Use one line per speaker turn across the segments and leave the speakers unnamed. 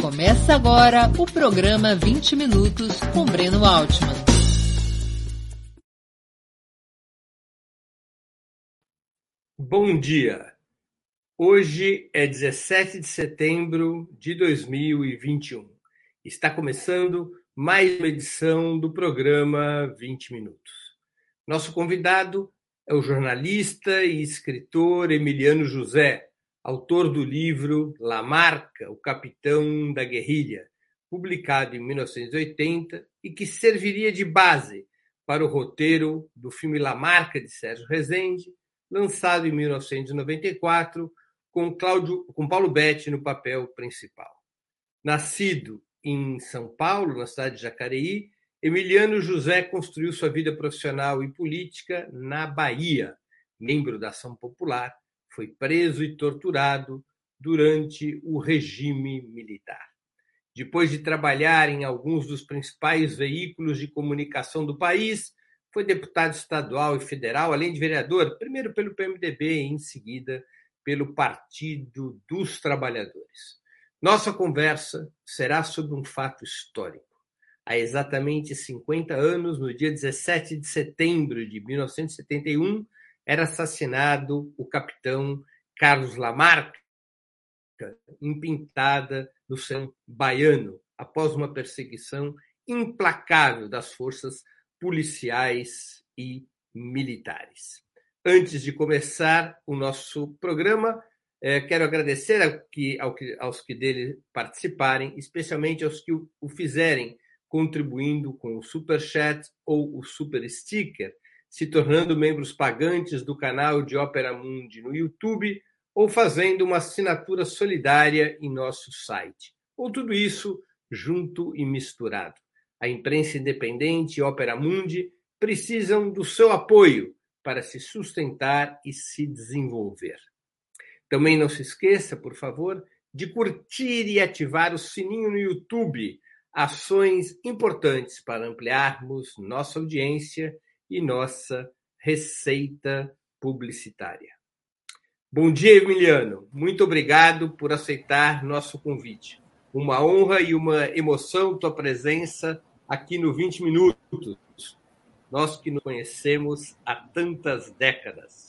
Começa agora o programa 20 Minutos com Breno Altman.
Bom dia! Hoje é 17 de setembro de 2021. Está começando mais uma edição do programa 20 Minutos. Nosso convidado é o jornalista e escritor Emiliano José, autor do livro Lamarca, o Capitão da Guerrilha, publicado em 1980 e que serviria de base para o roteiro do filme Lamarca, de Sérgio Rezende, lançado em 1994, com Paulo Betti no papel principal. Nascido em São Paulo, na cidade de Jacareí, Emiliano José construiu sua vida profissional e política na Bahia. Membro da Ação Popular, foi preso e torturado durante o regime militar. Depois de trabalhar em alguns dos principais veículos de comunicação do país, foi deputado estadual e federal, além de vereador, primeiro pelo PMDB e em seguida pelo Partido dos Trabalhadores. Nossa conversa será sobre um fato histórico. Há exatamente 50 anos, no dia 17 de setembro de 1971, era assassinado o capitão Carlos Lamarca, em Pintada, no sertão baiano, após uma perseguição implacável das forças policiais e militares. Antes de começar o nosso programa, quero agradecer aos que dele participarem, especialmente aos que o fizerem, contribuindo com o Super Chat ou o Super Sticker, se tornando membros pagantes do canal de Ópera Mundi no YouTube ou fazendo uma assinatura solidária em nosso site. Ou tudo isso junto e misturado. A imprensa independente e Ópera Mundi precisam do seu apoio para se sustentar e se desenvolver. Também não se esqueça, por favor, de curtir e ativar o sininho no YouTube, ações importantes para ampliarmos nossa audiência e nossa receita publicitária. Bom dia, Emiliano. Muito obrigado por aceitar nosso convite. Uma honra e uma emoção tua presença aqui no 20 Minutos. Nós que nos conhecemos há tantas décadas.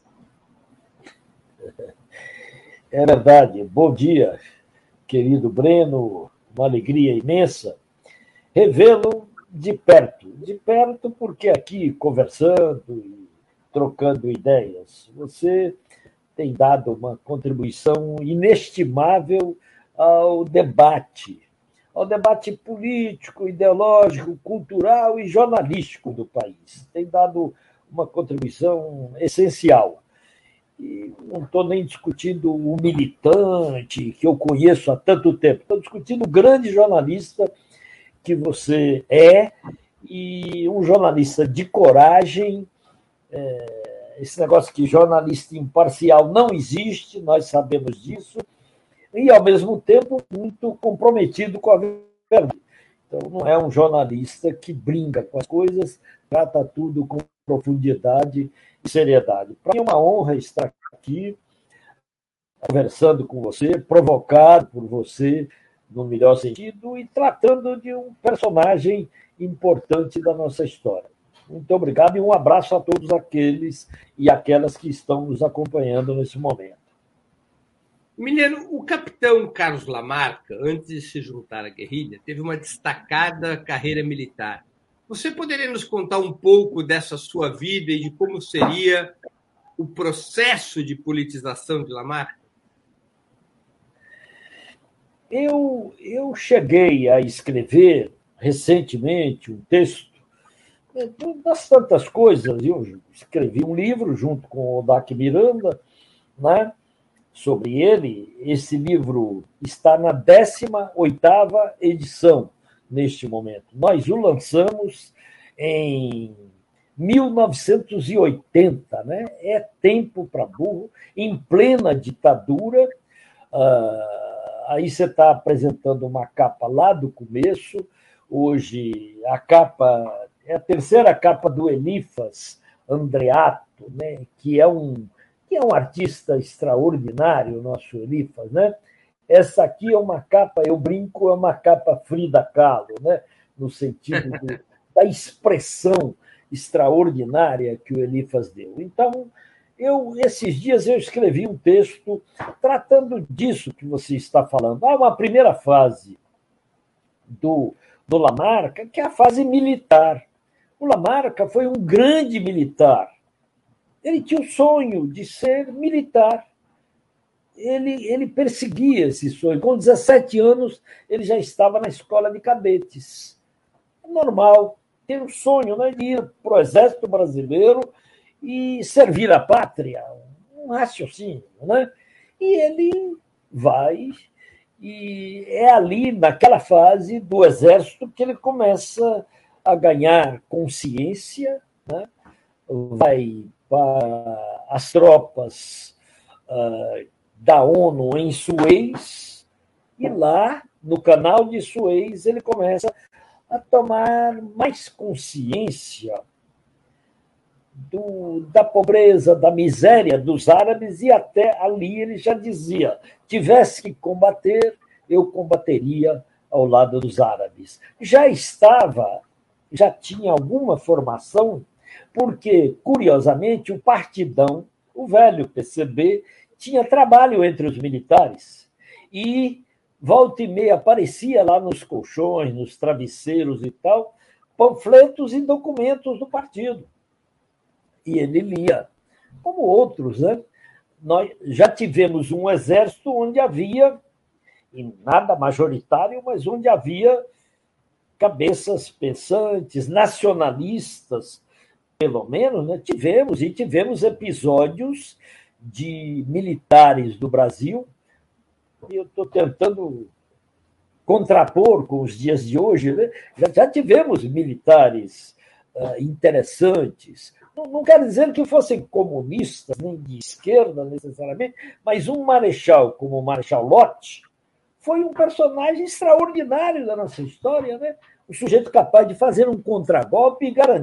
É verdade. Bom dia, querido Breno. Uma alegria imensa revê-lo de perto porque aqui conversando e trocando ideias, você tem dado uma contribuição inestimável ao debate político, ideológico, cultural e jornalístico do país. Tem dado uma contribuição essencial. E não estou nem discutindo o militante que eu conheço há tanto tempo, estou discutindo o grande jornalista que você é e um jornalista de coragem. Esse negócio que jornalista imparcial não existe, nós sabemos disso, e, ao mesmo tempo, muito comprometido com a verdade. Então, não é um jornalista que brinca com as coisas, trata tudo com profundidade e seriedade. Para mim é uma honra estar aqui, conversando com você, provocado por você, no melhor sentido, e tratando de um personagem importante da nossa história. Muito obrigado e um abraço a todos aqueles e aquelas que estão nos acompanhando nesse momento.
Emiliano, o capitão Carlos Lamarca, antes de se juntar à guerrilha, teve uma destacada carreira militar. Você poderia nos contar um pouco dessa sua vida e de como seria o processo de politização de Lamarca?
Eu cheguei a escrever recentemente um texto das tantas coisas. Eu escrevi um livro junto com o Odaque Miranda, né, sobre ele. Esse livro está na 18ª edição neste momento. Nós o lançamos em 1980, né? É tempo para burro, em plena ditadura. Aí você está apresentando uma capa lá do começo. Hoje a capa é a terceira capa do Elifas Andreato, né? que é um artista extraordinário, o nosso Elifas, né? Essa aqui é uma capa, eu brinco, é uma capa Frida Kahlo, né? No sentido da expressão extraordinária que o Eliphas deu. Então, esses dias eu escrevi um texto tratando disso que você está falando. Há uma primeira fase do Lamarca, que é a fase militar. O Lamarca foi um grande militar. Ele tinha o sonho de ser militar. Ele perseguia esse sonho. Com 17 anos, ele já estava na escola de cadetes. É normal, ter um sonho, né, de ir para o Exército Brasileiro e servir a pátria, um raciocínio. Né? E ele vai, e é ali, naquela fase do Exército, que ele começa a ganhar consciência, né? Vai para as tropas da ONU em Suez, e lá, no canal de Suez, ele começa a tomar mais consciência da pobreza, da miséria dos árabes, e até ali ele já dizia: tivesse que combater, eu combateria ao lado dos árabes. Já tinha alguma formação, porque, curiosamente, o Partidão, o velho PCB, tinha trabalho entre os militares. E volta e meia aparecia lá nos colchões, nos travesseiros e tal, panfletos e documentos do partido. E ele lia, como outros. Né? Nós já tivemos um exército onde havia, e nada majoritário, mas onde havia cabeças pensantes, nacionalistas, pelo menos, né? Tivemos episódios de militares do Brasil, e eu estou tentando contrapor com os dias de hoje, né? Já tivemos militares interessantes. Não quero dizer que fossem comunistas, nem de esquerda necessariamente, mas um marechal como o Marechal Lott foi um personagem extraordinário da nossa história, né? Um sujeito capaz de fazer um contragolpe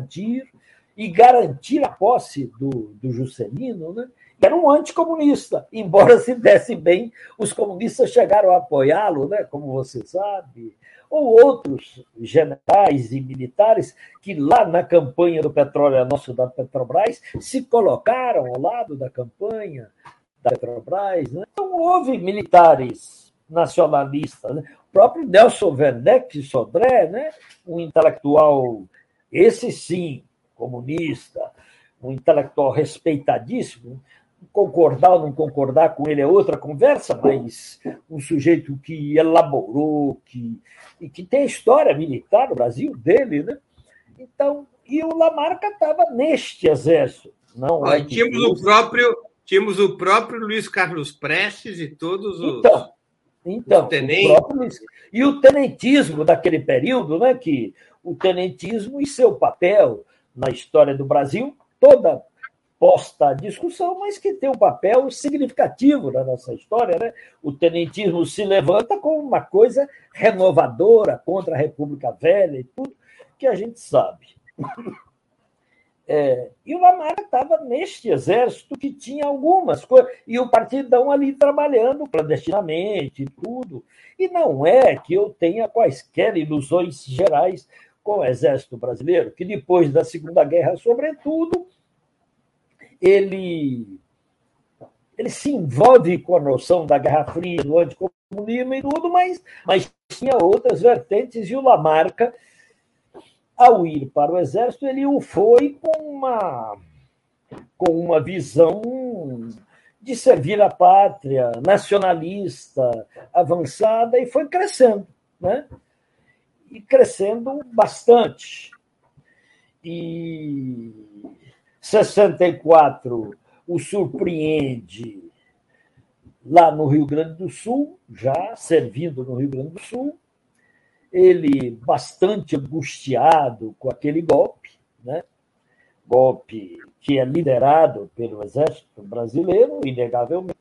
e garantir a posse do Juscelino, né? Era um anticomunista, embora se desse bem, os comunistas chegaram a apoiá-lo, né? Como você sabe, ou outros generais e militares que lá na campanha do Petróleo é Nosso da Petrobras se colocaram ao lado da campanha da Petrobras. Né? Então houve militares nacionalistas, né? O próprio Nelson Werneck Sodré, né? Um intelectual, esse sim, comunista, um intelectual respeitadíssimo. Concordar ou não concordar com ele é outra conversa, mas um sujeito que elaborou, e que tem a história militar no Brasil dele, né? Então, e o Lamarca estava neste exército. Não é
tínhamos o próprio Luiz Carlos Prestes e todos os
tenentes. E o tenentismo daquele período, né? Que o tenentismo e seu papel na história do Brasil, toda posta à discussão, mas que tem um papel significativo na nossa história. Né? O tenentismo se levanta como uma coisa renovadora contra a República Velha e tudo que a gente sabe. E o Lamarca estava neste exército que tinha algumas coisas, e o Partidão ali trabalhando clandestinamente e tudo. E não é que eu tenha quaisquer ilusões gerais com o exército brasileiro, que depois da Segunda Guerra, sobretudo, ele se envolve com a noção da Guerra Fria, do anticomunismo e tudo, mas tinha outras vertentes, e o Lamarca, ao ir para o Exército, ele o foi com uma visão de servir a pátria, nacionalista, avançada, e foi crescendo, né? E crescendo bastante. E 64 o surpreende lá no Rio Grande do Sul, já servindo no Rio Grande do Sul, ele bastante angustiado com aquele golpe, né? Golpe que é liderado pelo Exército Brasileiro, inegavelmente.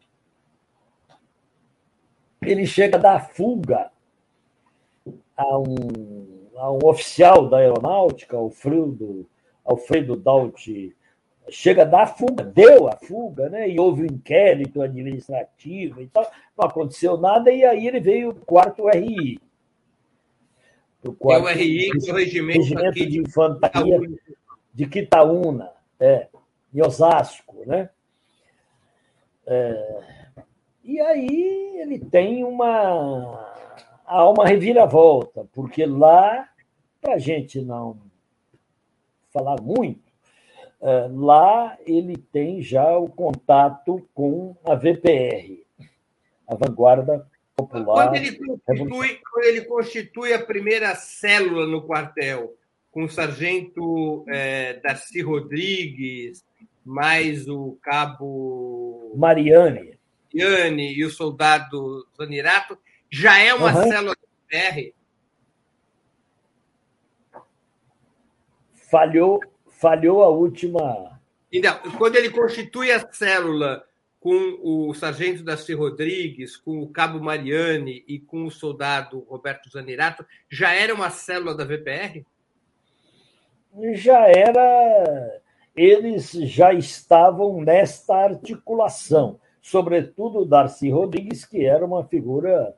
Ele chega a dar fuga a um oficial da aeronáutica, Alfredo Daut chega a dar a fuga, deu a fuga, né? E houve um inquérito administrativo e tal, não aconteceu nada, e aí ele veio para o 4º RI.
O 4º RI, que é o
Regimento de Infantaria de Quitaúna, em Osasco, né? E aí ele tem uma reviravolta, porque lá, para a gente não falar muito, lá ele tem já o contato com a VPR, a Vanguarda Popular.
Quando ele constitui a primeira célula no quartel, com o sargento Darcy Rodrigues, mais o cabo
Mariani
e o soldado Zanirato, já é uma célula da VPR?
Falhou a última.
Então, quando ele constitui a célula com o sargento Darcy Rodrigues, com o cabo Mariani e com o soldado Roberto Zanirato, já era uma célula da VPR?
Já era. Eles já estavam nesta articulação, sobretudo o Darcy Rodrigues, que era uma figura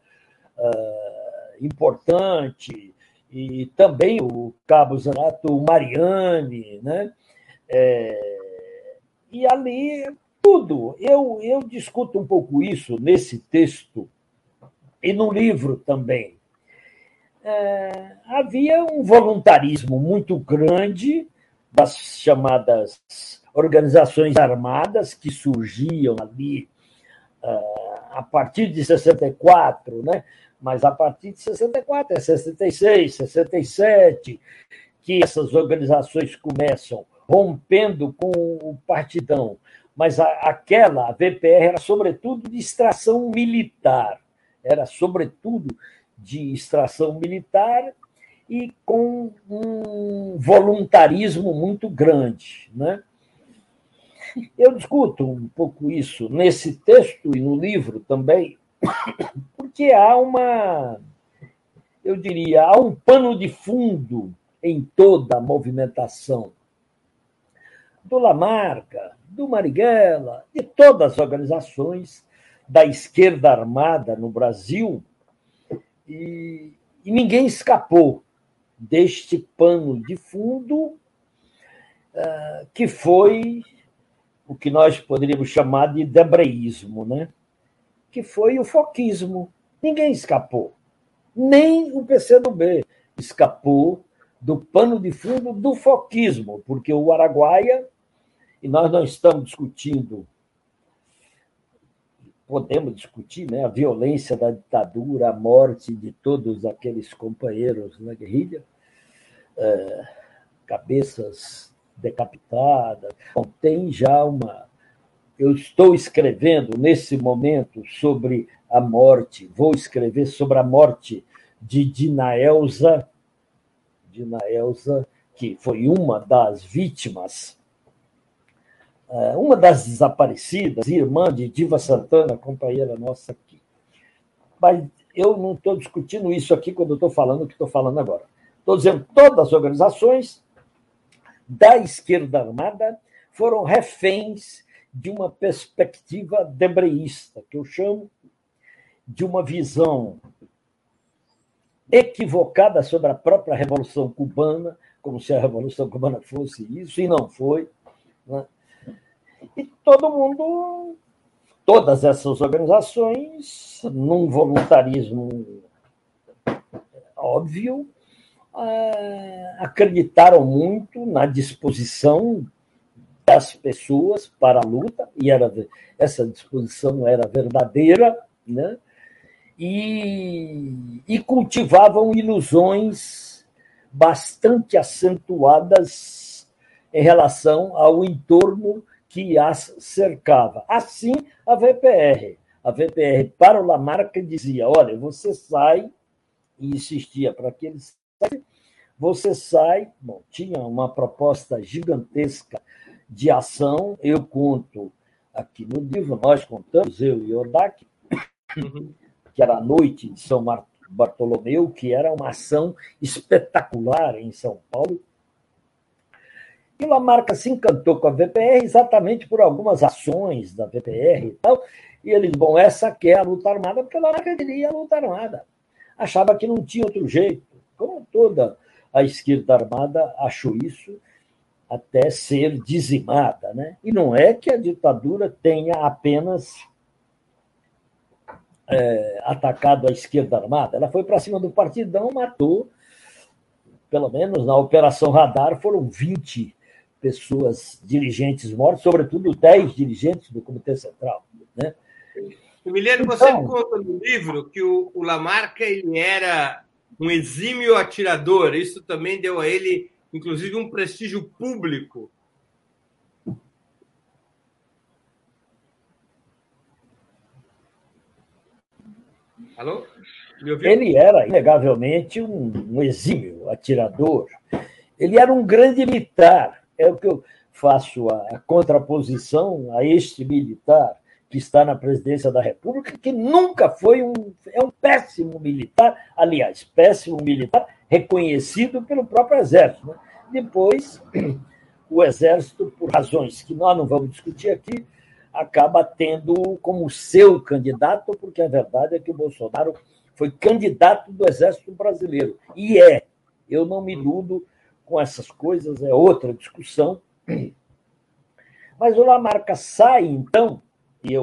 importante, e também o cabo Zanirato, o Mariani, né? E ali tudo. Eu discuto um pouco isso nesse texto e no livro também. Havia um voluntarismo muito grande das chamadas organizações armadas que surgiam ali a partir de 64, né? Mas a partir de 64, 66, 67, que essas organizações começam rompendo com o partidão. Mas a VPR era, sobretudo, de extração militar. Era, sobretudo, de extração militar e com um voluntarismo muito grande, né? Eu discuto um pouco isso nesse texto e no livro também, porque há há um pano de fundo em toda a movimentação do Lamarca, do Marighella, de todas as organizações da esquerda armada no Brasil, e ninguém escapou deste pano de fundo que foi o que nós poderíamos chamar de debreísmo, né? Que foi o foquismo. Ninguém escapou. Nem o PCdoB escapou do pano de fundo do foquismo, porque o Araguaia, e nós não estamos discutindo, podemos discutir, né, a violência da ditadura, a morte de todos aqueles companheiros na guerrilha, cabeças decapitadas. Bom, tem já eu estou escrevendo nesse momento sobre a morte, vou escrever sobre a morte de Dina Elza, que foi uma das vítimas, uma das desaparecidas, irmã de Diva Santana, companheira nossa aqui. Mas eu não estou discutindo isso aqui quando eu estou falando o que estou falando agora. Estou dizendo que todas as organizações da esquerda armada foram reféns de uma perspectiva debreísta, que eu chamo de uma visão equivocada sobre a própria Revolução Cubana, como se a Revolução Cubana fosse isso, e não foi, né? E todas essas organizações, num voluntarismo óbvio, acreditaram muito na disposição das pessoas para a luta, e essa disposição era verdadeira, né? E cultivavam ilusões bastante acentuadas em relação ao entorno que as cercava. Assim, a VPR. A VPR, para o Lamarca, dizia: olha, você sai, e insistia para que ele saia, você sai. Bom, tinha uma proposta gigantesca de ação, eu conto aqui no livro, nós contamos, eu e Odak, que era a noite de São Bartolomeu, que era uma ação espetacular em São Paulo, E o Lamarca se encantou com a VPR exatamente por algumas ações da VPR e tal. E ele disse, bom, essa que é a luta armada, porque o Lamarca queria a luta armada. Achava que não tinha outro jeito. Como toda a esquerda armada achou isso até ser dizimada, né? E não é que a ditadura tenha apenas atacado a esquerda armada. Ela foi para cima do Partidão, matou, pelo menos na Operação Radar, foram 20 pessoas, dirigentes mortos, sobretudo 10 dirigentes do Comitê Central. Né?
Emiliano, então, você conta no livro que o Lamarca ele era um exímio atirador. Isso também deu a ele, inclusive, um prestígio público. Alô? Me ouviu?
Ele era, inegavelmente, um exímio atirador. Ele era um grande militar. É o que eu faço a contraposição a este militar que está na presidência da República, que nunca foi é um péssimo militar, aliás, péssimo militar reconhecido pelo próprio Exército. Né? Depois, o Exército, por razões que nós não vamos discutir aqui, acaba tendo como seu candidato, porque a verdade é que o Bolsonaro foi candidato do Exército Brasileiro. E é. Eu não me iludo com essas coisas, é outra discussão. Mas o Lamarca sai, então, e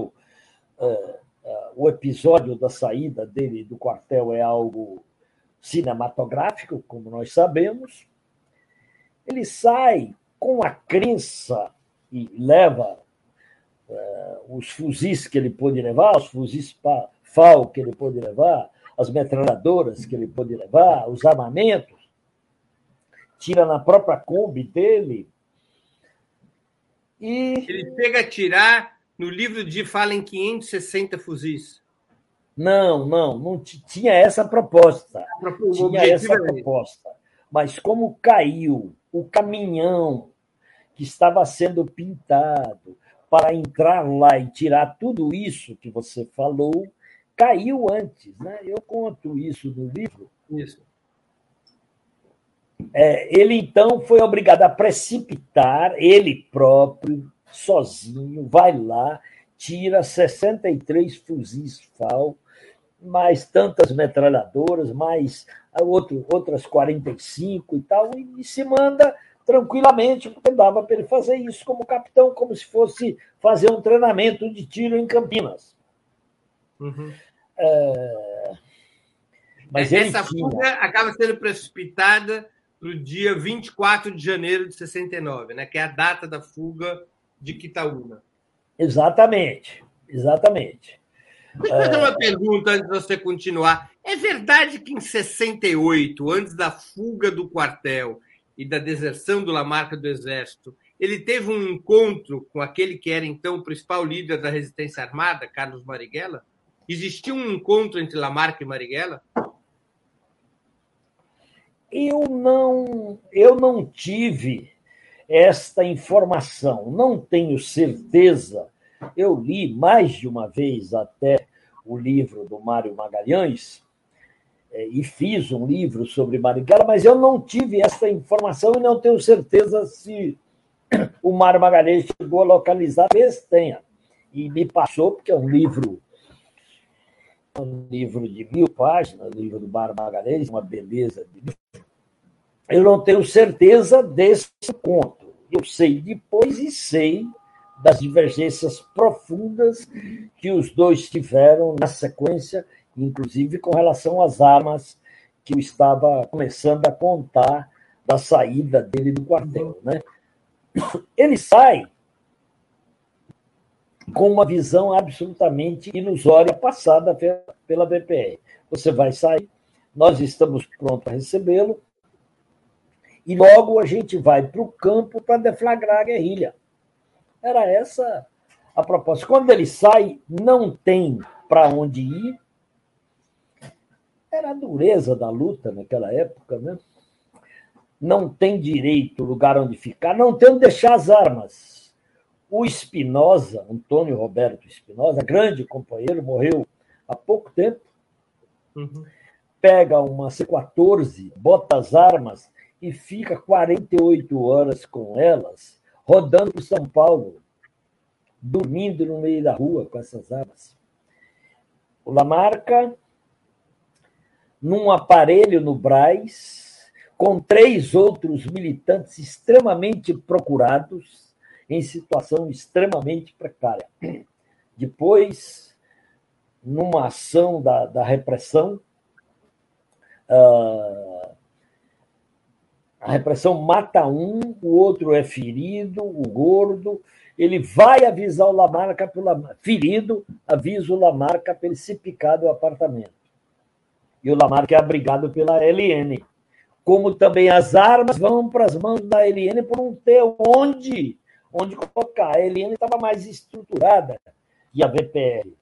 o episódio da saída dele do quartel é algo cinematográfico, como nós sabemos. Ele sai com a crença e leva os fuzis que ele pôde levar, os fuzis FAL que ele pôde levar, as metralhadoras que ele pôde levar, os armamentos, tira na própria Kombi dele. E
ele chega a tirar, no livro de fala em 560 fuzis.
Não tinha essa proposta. Tinha essa proposta. Mas como caiu o caminhão que estava sendo pintado para entrar lá e tirar tudo isso que você falou, caiu antes. Né? Eu conto isso no livro.
Isso.
Ele, então, foi obrigado a precipitar, ele próprio, sozinho, vai lá, tira 63 fuzis FAL, mais tantas metralhadoras, mais outras 45 e tal, e se manda tranquilamente, porque dava para ele fazer isso como capitão, como se fosse fazer um treinamento de tiro em Campinas.
Uhum.
Mas
essa fuga acaba sendo precipitada para o dia 24 de janeiro de 69, né? Que é a data da fuga de Quitaúna.
Exatamente.
Deixa eu fazer uma pergunta antes de você continuar. É verdade que em 68, antes da fuga do quartel e da deserção do Lamarca do Exército, ele teve um encontro com aquele que era então o principal líder da resistência armada, Carlos Marighella? Existiu um encontro entre Lamarca e Marighella?
Eu não tive esta informação, não tenho certeza. Eu li mais de uma vez até o livro do Mário Magalhães e fiz um livro sobre Marighella, mas eu não tive essa informação e não tenho certeza se o Mário Magalhães chegou a localizar, talvez tenha. E me passou, porque é um livro de 1000 páginas, o livro do Mário Magalhães, uma beleza de livro. Eu não tenho certeza desse ponto. Eu sei depois e sei das divergências profundas que os dois tiveram na sequência, inclusive com relação às armas que eu estava começando a contar da saída dele do quartel. Né? Ele sai com uma visão absolutamente ilusória passada pela VPR. Você vai sair, nós estamos prontos para recebê-lo, e logo a gente vai para o campo para deflagrar a guerrilha. Era essa a proposta. Quando ele sai, não tem para onde ir. Era a dureza da luta naquela época, né? Não tem direito, lugar onde ficar, não tem onde deixar as armas. O Espinosa, Antônio Roberto Espinosa, grande companheiro, morreu há pouco tempo, pega uma C-14, bota as armas e fica 48 horas com elas, rodando por São Paulo, dormindo no meio da rua com essas armas. O Lamarca, num aparelho no Brás, com 3 outros militantes extremamente procurados, em situação extremamente precária. Depois, numa ação da repressão, a repressão mata um, o outro é ferido, o gordo. Ele vai avisar o Lamarca, ferido, avisa o Lamarca para ele se picar do apartamento. E o Lamarca é abrigado pela LN. Como também as armas vão para as mãos da LN por não ter onde colocar. A LN estava mais estruturada e a VPR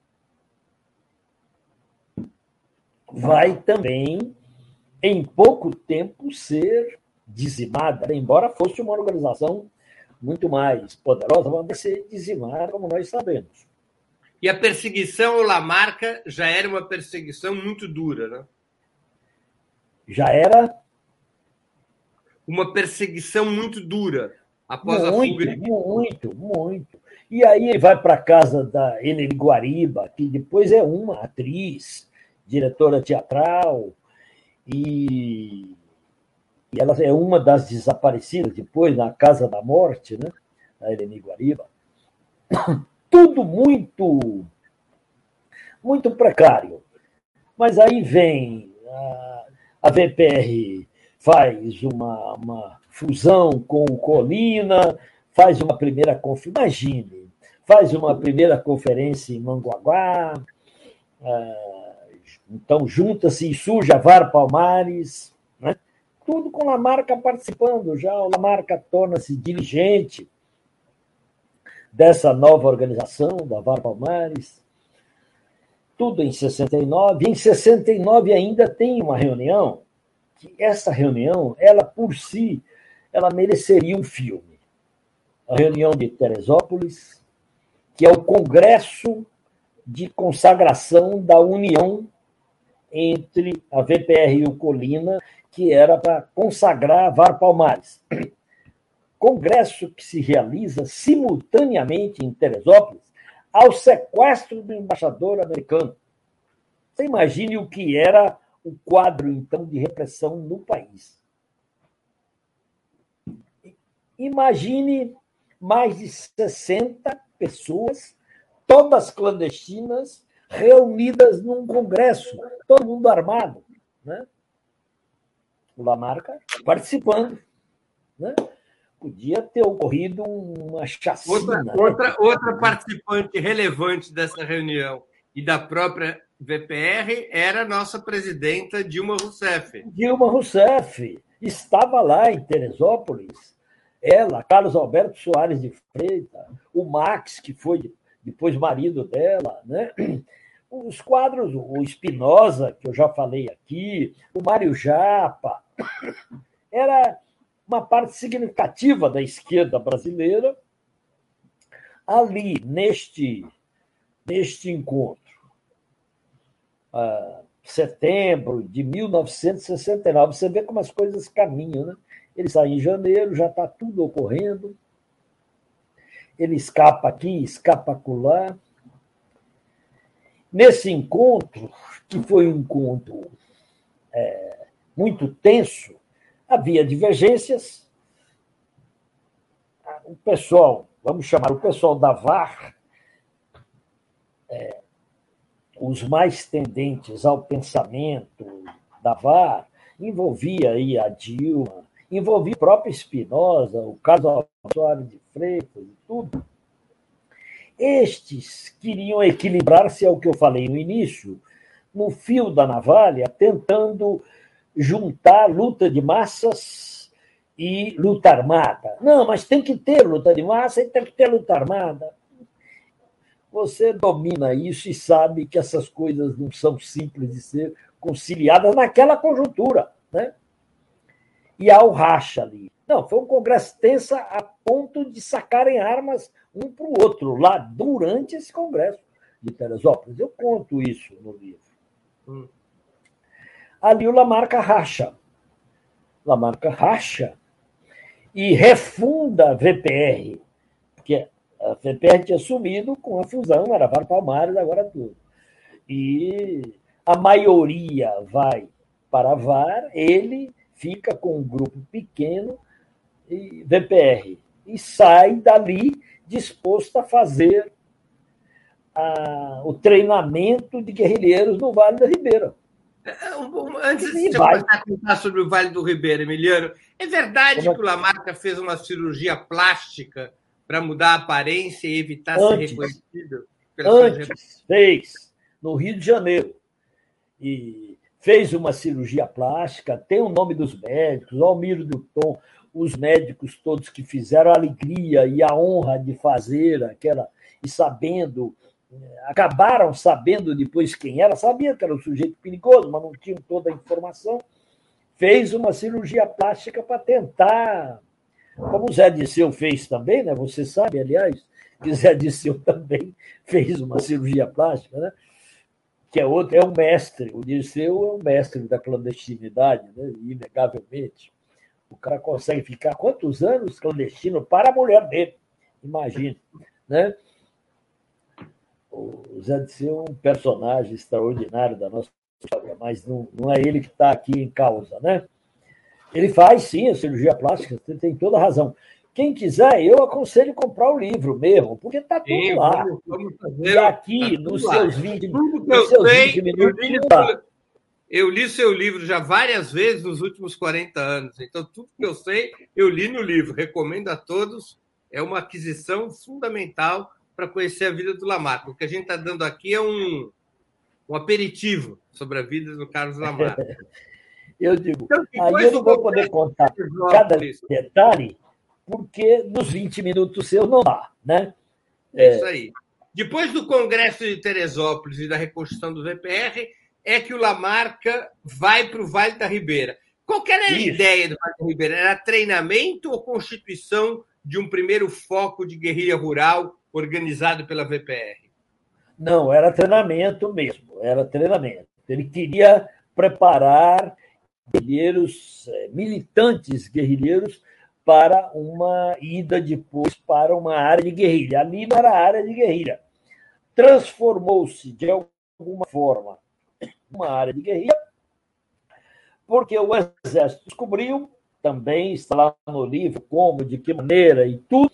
vai também, em pouco tempo, ser dizimada, embora fosse uma organização muito mais poderosa, vai ser dizimada, como nós sabemos.
E a perseguição ao Lamarca já era uma perseguição muito dura, né?
Já era
uma perseguição muito dura após a fuga.
Muito. E aí ele vai para a casa da Eleni Guariba, que depois é uma atriz, diretora teatral, e ela é uma das desaparecidas depois, na Casa da Morte, né? A Eleni Guariba. Tudo muito precário. Mas aí vem a VPR, faz uma fusão com o Colina, faz uma primeira conferência, imagine, faz uma primeira conferência em Manguaguá, então junta-se e surge a VAR Palmares, né? Tudo com o Lamarca participando já, o Lamarca torna-se dirigente dessa nova organização, da VAR Palmares, tudo em 69. Em 69 ainda tem uma reunião, que essa reunião, ela por si, ela mereceria um filme. A reunião de Teresópolis, que é o congresso de consagração da união entre a VPR e o Colina, que era para consagrar a VAR Palmares. Congresso que se realiza simultaneamente em Teresópolis ao sequestro do embaixador americano. Você imagine o que era o quadro, então, de repressão no país. Imagine mais de 60 pessoas, todas clandestinas, reunidas num congresso, todo mundo armado, né? O Lamarca participando, né? Podia ter ocorrido uma chacina.
Outra participante relevante dessa reunião e da própria VPR era a nossa presidenta Dilma Rousseff.
Dilma Rousseff estava lá em Teresópolis. Ela, Carlos Alberto Soares de Freitas, o Max, que foi depois marido dela, né? Os quadros, o Espinosa, que eu já falei aqui, o Mário Japa, era uma parte significativa da esquerda brasileira ali, neste encontro. Setembro de 1969. Você vê como as coisas caminham, né? Ele sai em janeiro, já está tudo ocorrendo. Ele escapa aqui, escapa acolá. Nesse encontro, que foi um encontro muito tenso, havia divergências. O pessoal, vamos chamar o pessoal da VAR, os mais tendentes ao pensamento da VAR, envolvia aí a Dilma, envolvia o próprio Espinosa, o Carlos Soares de Freitas e tudo. Estes queriam equilibrar-se ao que eu falei no início, no fio da navalha, tentando juntar luta de massas e luta armada. Não, mas tem que ter luta de massa e tem que ter luta armada. Você domina isso e sabe que essas coisas não são simples de ser conciliadas naquela conjuntura, né? E há o racha ali. Não, foi um congresso tenso a ponto de sacarem armas um para o outro, lá durante esse congresso de Teresópolis. Eu conto isso no livro. Ali o Lamarca racha. Lamarca racha e refunda a VPR, porque a VPR tinha sumido com a fusão, era VAR Palmares, agora tudo. E a maioria vai para a VAR, ele fica com um grupo pequeno e VPR e sai dali disposto a fazer o treinamento de guerrilheiros no Vale da Ribeira.
Antes de você começar a contar sobre o Vale do Ribeira, Emiliano, é verdade que o Lamarca fez uma cirurgia plástica para mudar a aparência e evitar ser reconhecido?
Antes, fez, no Rio de Janeiro. E fez uma cirurgia plástica, tem o nome dos médicos, Almiro Duton, os médicos todos que fizeram a alegria e a honra de fazer aquela, e sabendo, acabaram sabendo depois quem era, sabia que era um sujeito perigoso, mas não tinham toda a informação, fez uma cirurgia plástica para tentar, como o Zé Disseu fez também, né? Você sabe, aliás, que o Zé Disseu também fez uma cirurgia plástica, né? Que é outro, é um mestre, o Dirceu é um mestre da clandestinidade, né? Inegavelmente. O cara consegue ficar quantos anos clandestino para a mulher dele? Imagina, né? O Zé Dirceu é um personagem extraordinário da nossa história, mas não é ele que está aqui em causa, né? Ele faz, sim, a cirurgia plástica, você tem toda a razão. Quem quiser, eu aconselho comprar o livro mesmo, porque está tudo lá.
Vamos fazer,
e aqui,
tá
nos
lá.
seus 20 minutos,
eu li seu livro já várias vezes nos últimos 40 anos, então tudo que eu sei, eu li no livro. Recomendo a todos, é uma aquisição fundamental para conhecer a vida do Lamarca. O que a gente está dando aqui é um aperitivo sobre a vida do Carlos Lamarca.
Eu digo, então, aí eu não vou poder contar cada detalhe, porque nos 20 minutos seus não dá, né?
É isso aí. Depois do Congresso de Teresópolis e da reconstrução do VPR, é que o Lamarca vai para o Vale da Ribeira. Qual era a ideia do Vale da Ribeira? Era treinamento ou constituição de um primeiro foco de guerrilha rural organizado pela VPR?
Não, era treinamento mesmo, era treinamento. Ele queria preparar guerrilheiros, militantes guerrilheiros, para uma ida depois para uma área de guerrilha. Ali não era área de guerrilha. Transformou-se, de alguma forma, uma área de guerrilha, porque o Exército descobriu, também está lá no livro, como, de que maneira e tudo,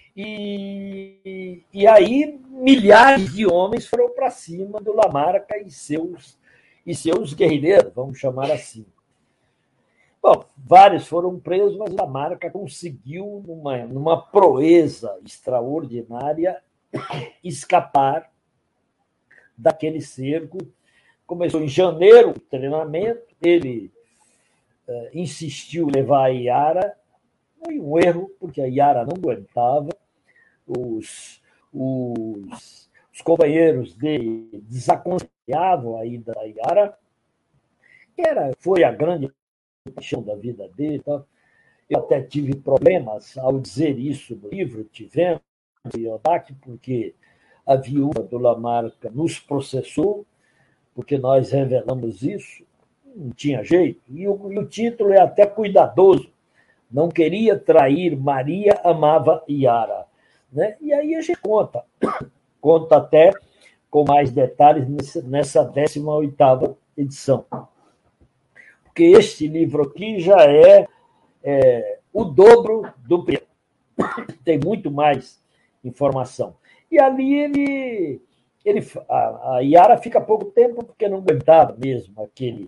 e aí milhares de homens foram para cima do Lamarca e seus guerrilheiros, vamos chamar assim. Bom, vários foram presos, mas Lamarca conseguiu, numa proeza extraordinária, escapar daquele cerco. Começou em janeiro o treinamento, ele insistiu em levar a Iara, foi um erro, porque a Iara não aguentava, os companheiros dele desaconselhavam a ida da Iara, foi a grande paixão da vida dele. Então, eu até tive problemas ao dizer isso no livro, tivemos, porque a viúva do Lamarca nos processou, porque nós revelamos isso, não tinha jeito. E o título é até cuidadoso. Não queria trair Maria, amava Iara. Né? E aí a gente conta até com mais detalhes nessa 18ª edição. Porque este livro aqui já é o dobro do primeiro. Tem muito mais informação. E ali a Iara fica pouco tempo porque não aguentava mesmo aquele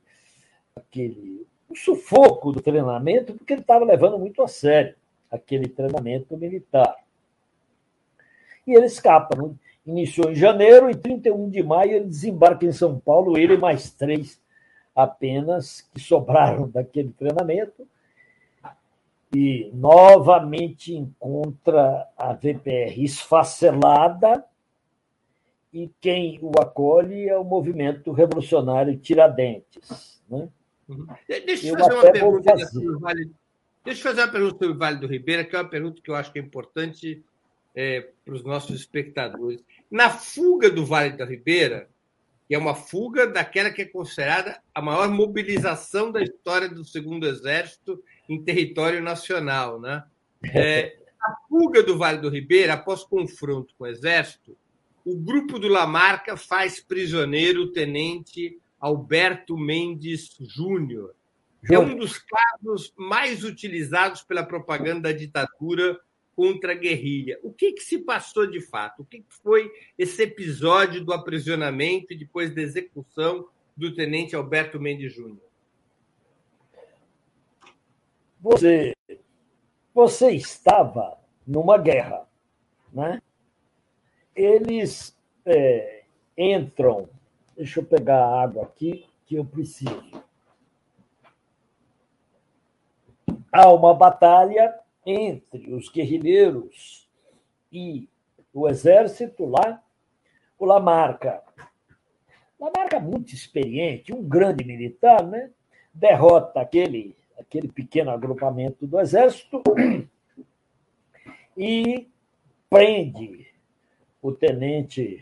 sufoco do treinamento, porque ele estava levando muito a sério aquele treinamento militar. E ele escapa. Né? Iniciou em janeiro e 31 de maio ele desembarca em São Paulo, ele e mais 3 apenas que sobraram daquele treinamento, e novamente encontra a VPR esfacelada, e quem o acolhe é o movimento revolucionário Tiradentes. Né?
Deixa eu fazer uma pergunta sobre o Vale. Deixa eu fazer uma pergunta sobre o Vale do Ribeira, que é uma pergunta que eu acho que é importante para os nossos espectadores. Na fuga do Vale da Ribeira, que é uma fuga daquela que é considerada a maior mobilização da história do Segundo Exército em território nacional, né? A fuga do Vale do Ribeira, após confronto com o Exército, o grupo do Lamarca faz prisioneiro o tenente Alberto Mendes Júnior. É um dos casos mais utilizados pela propaganda da ditadura contra a guerrilha. O que se passou de fato? O que foi esse episódio do aprisionamento e depois da execução do tenente Alberto Mendes Júnior?
Você estava numa guerra, né? Eles entram. Deixa eu pegar a água aqui que eu preciso. Há uma batalha entre os guerrilheiros e o exército lá. O Lamarca, muito experiente, um grande militar, né? Derrota aquele pequeno agrupamento do exército e prende o tenente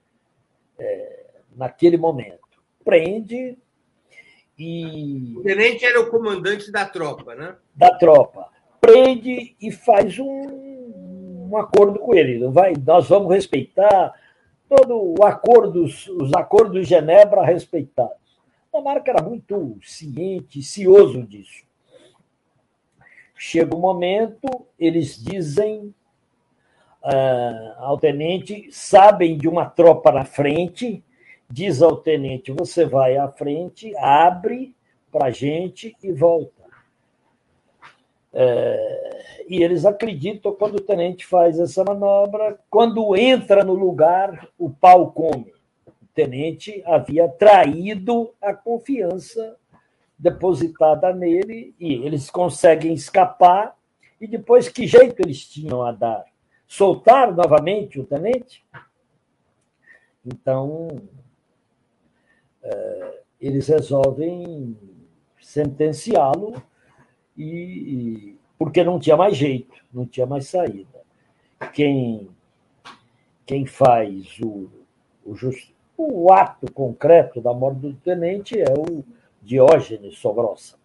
naquele momento. Prende e...
O tenente era o comandante da tropa, né?
Da tropa. Prende e faz um acordo com ele. Nós vamos respeitar todo o acordo, os acordos de Genebra respeitados. O Lamarca era muito ciente, cioso disso. Chega um momento, eles dizem ao tenente, sabem de uma tropa na frente, diz ao tenente, você vai à frente, abre para a gente e volta. E eles acreditam quando o tenente faz essa manobra. Quando entra no lugar, o pau come. O tenente havia traído a confiança depositada nele e eles conseguem escapar. E depois, que jeito eles tinham a dar? Soltar novamente o tenente? Então, eles resolvem sentenciá-lo porque não tinha mais jeito, não tinha mais saída. Quem faz o ato concreto da morte do tenente é o Diógenes Sobrosa.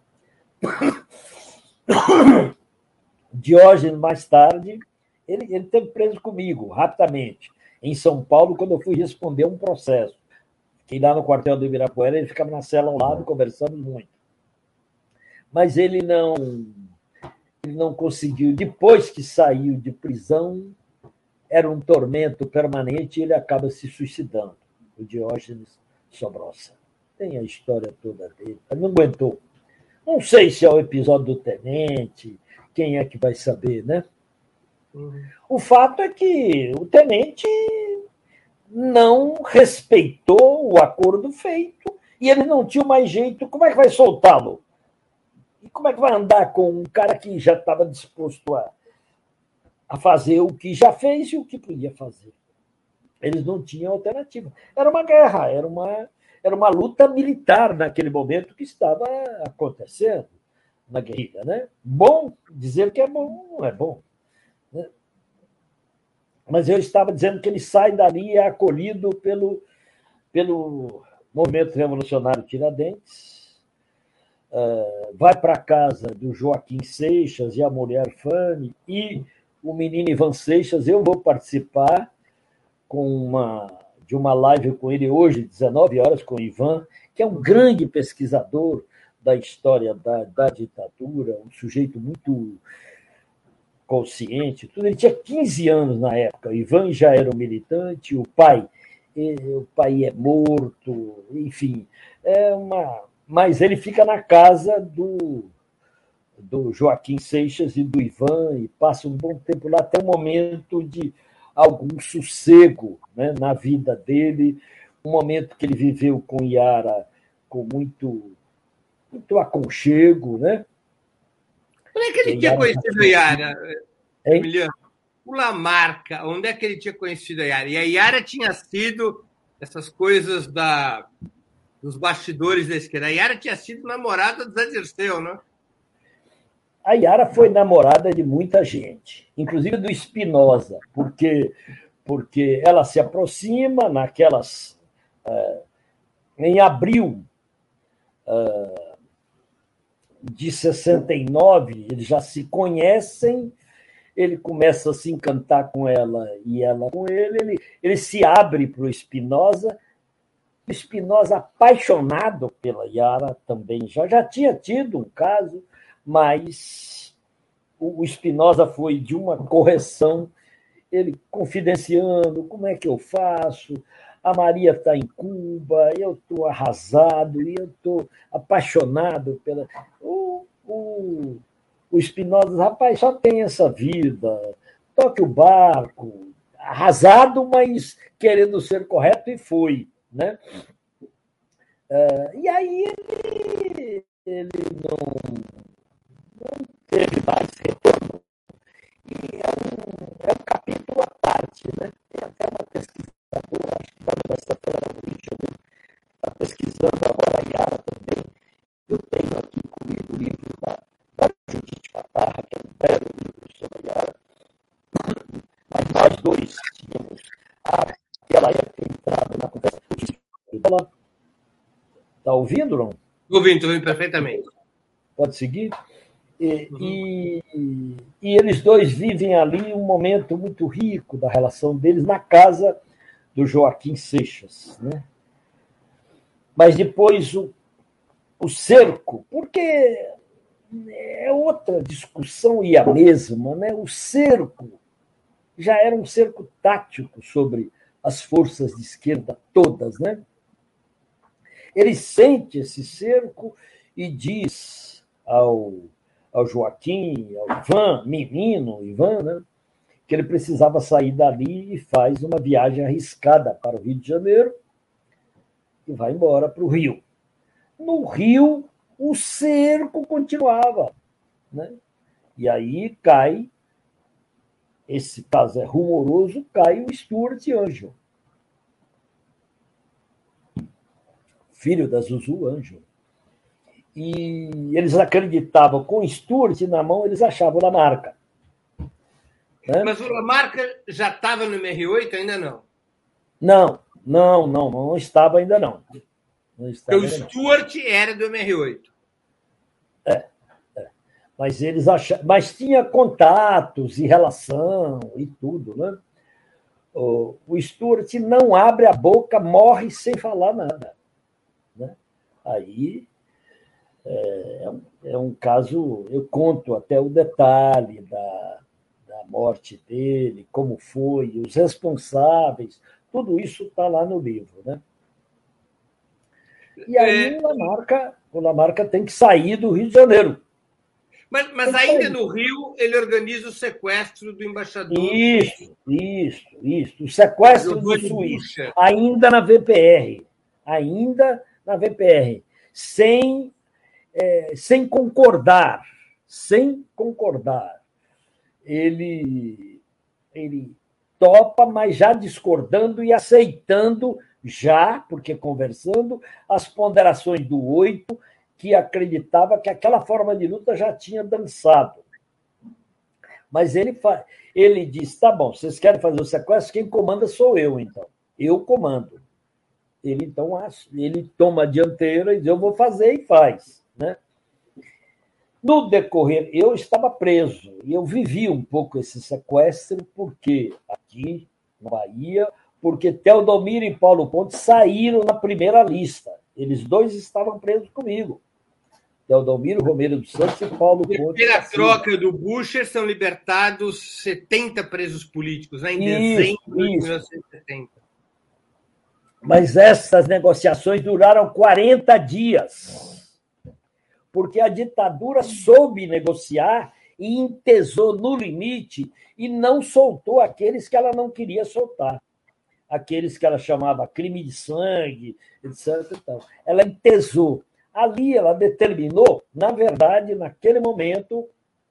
Diógenes, mais tarde, ele esteve preso comigo, rapidamente, em São Paulo, quando eu fui responder um processo. Fiquei lá no quartel do Ibirapuera, ele ficava na cela ao lado, conversando muito. Mas ele não conseguiu. Depois que saiu de prisão, era um tormento permanente e ele acaba se suicidando, o Diógenes Sobrosa. Tem a história toda dele. Ele não aguentou. Não sei se é o episódio do tenente, quem é que vai saber, né? O fato é que o tenente não respeitou o acordo feito e ele não tinha mais jeito. Como é que vai soltá-lo? E como é que vai andar com um cara que já estava disposto a fazer o que já fez e o que podia fazer? Eles não tinham alternativa. Era uma guerra, era uma luta militar naquele momento que estava acontecendo na guerrilha, né? Bom, dizer que é bom não é bom, né? Mas eu estava dizendo que ele sai dali e é acolhido pelo movimento revolucionário Tiradentes, vai para a casa do Joaquim Seixas e a mulher Fanny e o menino Ivan Seixas. Eu vou participar de uma live com ele hoje, 19 horas, com o Ivan, que é um grande pesquisador da história da ditadura, um sujeito muito consciente. Tudo. Ele tinha 15 anos na época, o Ivan já era um militante, o pai é morto, enfim. Mas ele fica na casa do Joaquim Seixas e do Ivan e passa um bom tempo lá, até o momento de algum sossego, né, na vida dele, um momento que ele viveu com Yara com muito aconchego, né?
Onde é que ele tinha conhecido a Yara, Emiliano? O Lamarca, onde é que ele tinha conhecido a Yara? E a Yara tinha sido essas coisas dos bastidores da esquerda. A Yara tinha sido namorada do Zé Dirceu, né?
A Yara foi namorada de muita gente, inclusive do Espinosa, porque ela se aproxima naquelas Em abril de 69, eles já se conhecem, ele começa a se encantar com ela e ela com ele se abre para o Spinoza. O Spinoza, apaixonado pela Yara, também já tinha tido um caso, mas o Spinoza foi de uma correção, ele confidenciando, como é que eu faço? A Maria está em Cuba, eu estou arrasado e eu estou apaixonado pela... O Spinoza, rapaz, só tem essa vida, toque o barco, arrasado, mas querendo ser correto, e foi, né? E aí ele não teve mais retorno. E é um capítulo à parte, né? Tem até uma pesquisadora, acho que da Universidade Federal do Rio de Janeiro, está pesquisando agora a Yara também. Eu tenho aqui comigo o livro da Judite Patarra, que é um belo livro sobre a Yara, mas nós dois tínhamos aquela época entrado na conversa. Está ouvindo, não?
Estou ouvindo perfeitamente.
Pode seguir? E eles dois vivem ali um momento muito rico da relação deles na casa do Joaquim Seixas, né? Mas depois o cerco, porque é outra discussão e a mesma, né? O cerco já era um cerco tático sobre as forças de esquerda todas, né? Ele sente esse cerco e diz ao Joaquim, ao Ivan, menino Ivan, né, que ele precisava sair dali e faz uma viagem arriscada para o Rio de Janeiro e vai embora para o Rio. No Rio, o cerco continuava, né? E aí cai, esse caso é rumoroso, cai o Stuart Angel, filho da Zuzu Angel. E eles acreditavam, com Stuart na mão, eles achavam Lamarca.
Né? Mas o Lamarca já estava no MR8, ainda não?
Não estava ainda não.
Porque o Stuart era do MR8.
Mas eles mas tinha contatos e relação e tudo, né? O Stuart não abre a boca, morre sem falar nada, né? Aí é um caso, eu conto até o detalhe da morte dele, como foi, os responsáveis, tudo isso está lá no livro, né? E aí o Lamarca tem que sair do Rio de Janeiro.
Mas ainda no Rio, ele organiza o sequestro do embaixador.
Isso. O sequestro do suíço. Ainda na VPR. Sem concordar. Ele topa, mas já discordando e aceitando, porque conversando, as ponderações do 8, que acreditava que aquela forma de luta já tinha dançado. Mas ele disse, tá bom, vocês querem fazer o sequestro? Quem comanda sou eu, então. Eu comando. Ele toma a dianteira e diz, eu vou fazer, e faz, né? No decorrer, eu estava preso, e eu vivi um pouco esse sequestro, porque aqui na Bahia, porque Teodomiro e Paulo Pontes saíram na primeira lista. Eles dois estavam presos comigo. Teodomiro Romero dos Santos e Paulo Pontes.
Pela troca do Bucher, são libertados 70 presos políticos, né, em dezembro de 1970.
Mas essas negociações duraram 40 dias, porque a ditadura soube negociar e entesou no limite e não soltou aqueles que ela não queria soltar. Aqueles que ela chamava crime de sangue, etc. Ela entesou. Ali ela determinou, na verdade, naquele momento,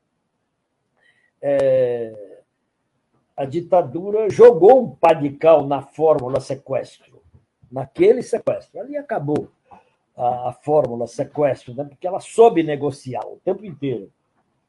a ditadura jogou um pá de cal na fórmula sequestro. Naquele sequestro. Ali acabou a fórmula sequestro, né? Porque ela soube negociar o tempo inteiro.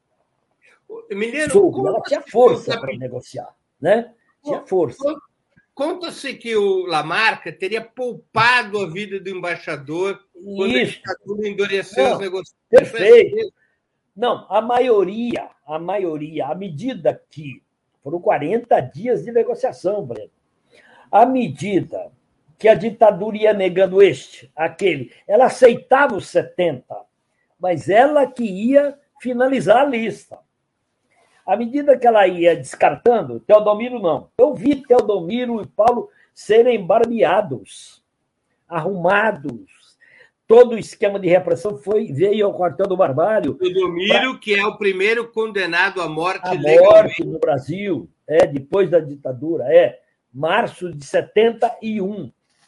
Mineiro,
ela tinha força para negociar, né? Tinha força.
Conta-se que o Lamarca teria poupado a vida do embaixador quando a ditadura endureceu as negociações.
Perfeito. Não, a maioria, à medida que foram 40 dias de negociação, Breno, à medida que a ditadura ia negando aquele, ela aceitava os 70, mas ela que ia finalizar a lista. À medida que ela ia descartando, Teodomiro não. Eu vi Teodomiro e Paulo serem barbeados, arrumados. Todo o esquema de repressão veio ao quartel do Barbalho.
Teodomiro, que é o primeiro condenado à morte
legalmente no Brasil, depois da ditadura, março de 71.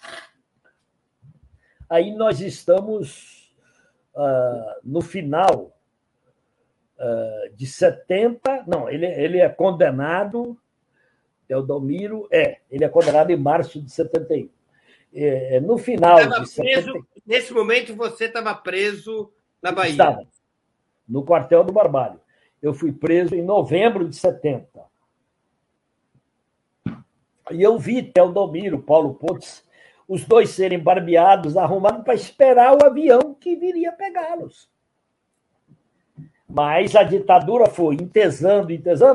Aí nós estamos no final de 70, não, ele é condenado, Teodomiro, ele é condenado em março de 71. No final de 70...
Nesse momento você estava preso na Bahia?
Estava, no quartel do Barbalho. Eu fui preso em novembro de 70. E eu vi Teodomiro, Paulo Pontes, os dois serem barbeados, arrumados para esperar o avião que viria pegá-los. Mas a ditadura foi entesando.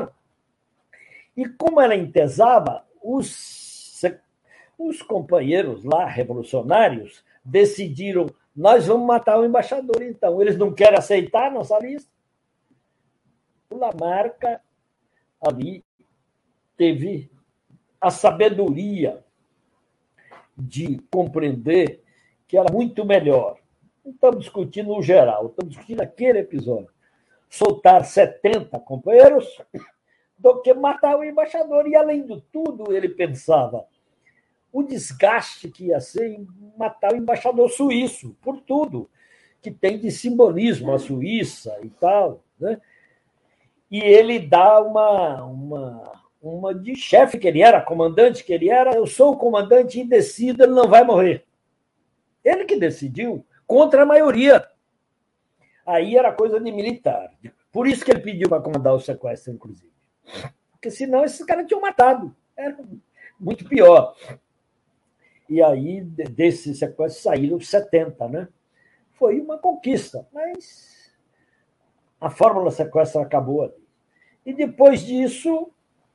E como ela entesava, os companheiros lá, revolucionários, decidiram, nós vamos matar o embaixador, então. Eles não querem aceitar a nossa lista. O Lamarca ali teve a sabedoria de compreender que era muito melhor. Não estamos discutindo no geral, estamos discutindo aquele episódio. Soltar 70 companheiros do que matar o embaixador. E, além de tudo, ele pensava o desgaste que ia ser em matar o embaixador suíço, por tudo que tem de simbolismo a Suíça e tal. Né? E ele dá uma de chefe que ele era, comandante que ele era, eu sou o comandante e decido, ele não vai morrer. Ele que decidiu, contra a maioria. Aí era coisa de militar. Por isso que ele pediu para comandar o sequestro, inclusive. Porque senão esses caras tinham matado. Era muito pior. E aí, desse sequestro, saíram 70, né? Foi uma conquista, mas a fórmula sequestro acabou ali. E depois disso,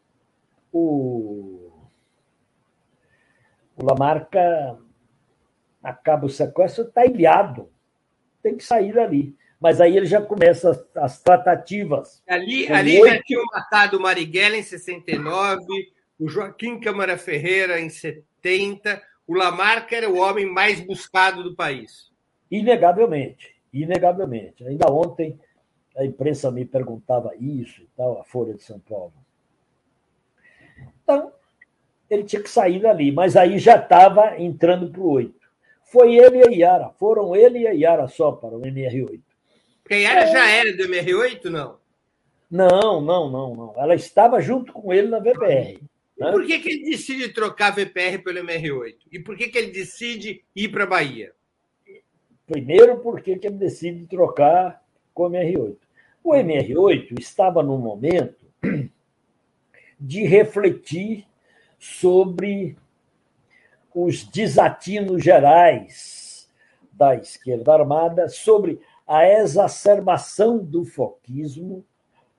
o Lamarca acaba o sequestro, está ilhado. Tem que sair dali. Mas aí ele já começa as tratativas.
Ali já tinham matado o Marighella em 69, o Joaquim Câmara Ferreira em 70. O Lamarca era o homem mais buscado do país.
Inegavelmente. Ainda ontem a imprensa me perguntava isso e tal, a Folha de São Paulo. Então, ele tinha que sair dali, mas aí já estava entrando para o 8. Foi ele e a Iara, foram ele e a Iara só para o MR8.
Porque a Iara já era do MR8, não?
Não. Ela estava junto com ele na VPR.
E por que ele decide trocar a VPR pelo MR8? E por que ele decide ir para a Bahia?
Primeiro, porque ele decide trocar com o MR8. O MR8 estava num momento de refletir sobre os desatinos gerais da esquerda armada, sobre a exacerbação do foquismo,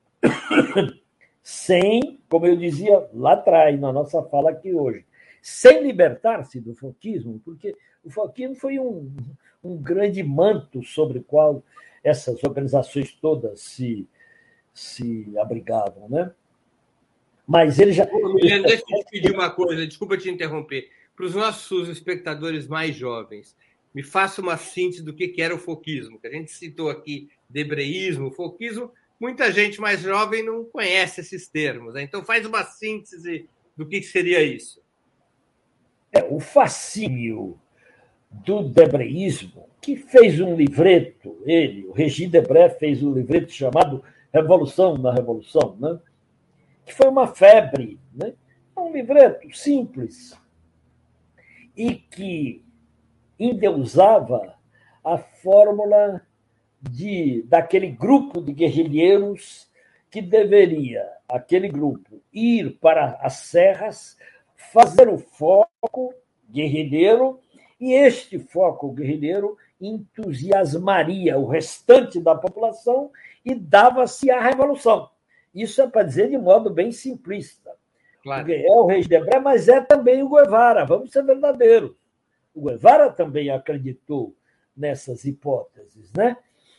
sem, como eu dizia lá atrás, na nossa fala aqui hoje, sem libertar-se do foquismo, porque o foquismo foi um grande manto sobre o qual essas organizações todas se abrigavam, né? Mas ele já...
Miliano, deixa eu te pedir uma coisa, desculpa te interromper. Para os nossos espectadores mais jovens, me faça uma síntese do que era o foquismo, que a gente citou aqui debreísmo, foquismo, muita gente mais jovem não conhece esses termos, né? Então faz uma síntese do que seria isso.
O fascínio do debreísmo, que fez um livreto, o Regis Debray fez um livreto chamado Revolução na Revolução, né? Que foi uma febre, né? Um livreto simples e que endeusava a fórmula daquele grupo de guerrilheiros que deveria, aquele grupo, ir para as serras, fazer o foco guerrilheiro, e este foco guerrilheiro entusiasmaria o restante da população e dava-se a revolução. Isso é para dizer de modo bem simplista. Claro. É o Reis de Debré, mas é também o Guevara, vamos ser verdadeiros. O Guevara também acreditou nessas hipóteses, né?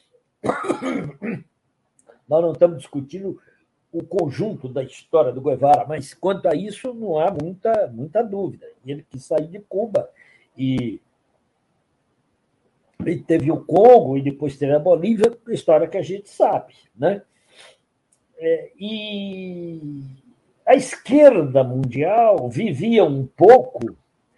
Nós não estamos discutindo o conjunto da história do Guevara, mas quanto a isso não há muita dúvida. Ele quis sair de Cuba e teve o Congo e depois teve a Bolívia, a história que a gente sabe, né? E a esquerda mundial vivia um pouco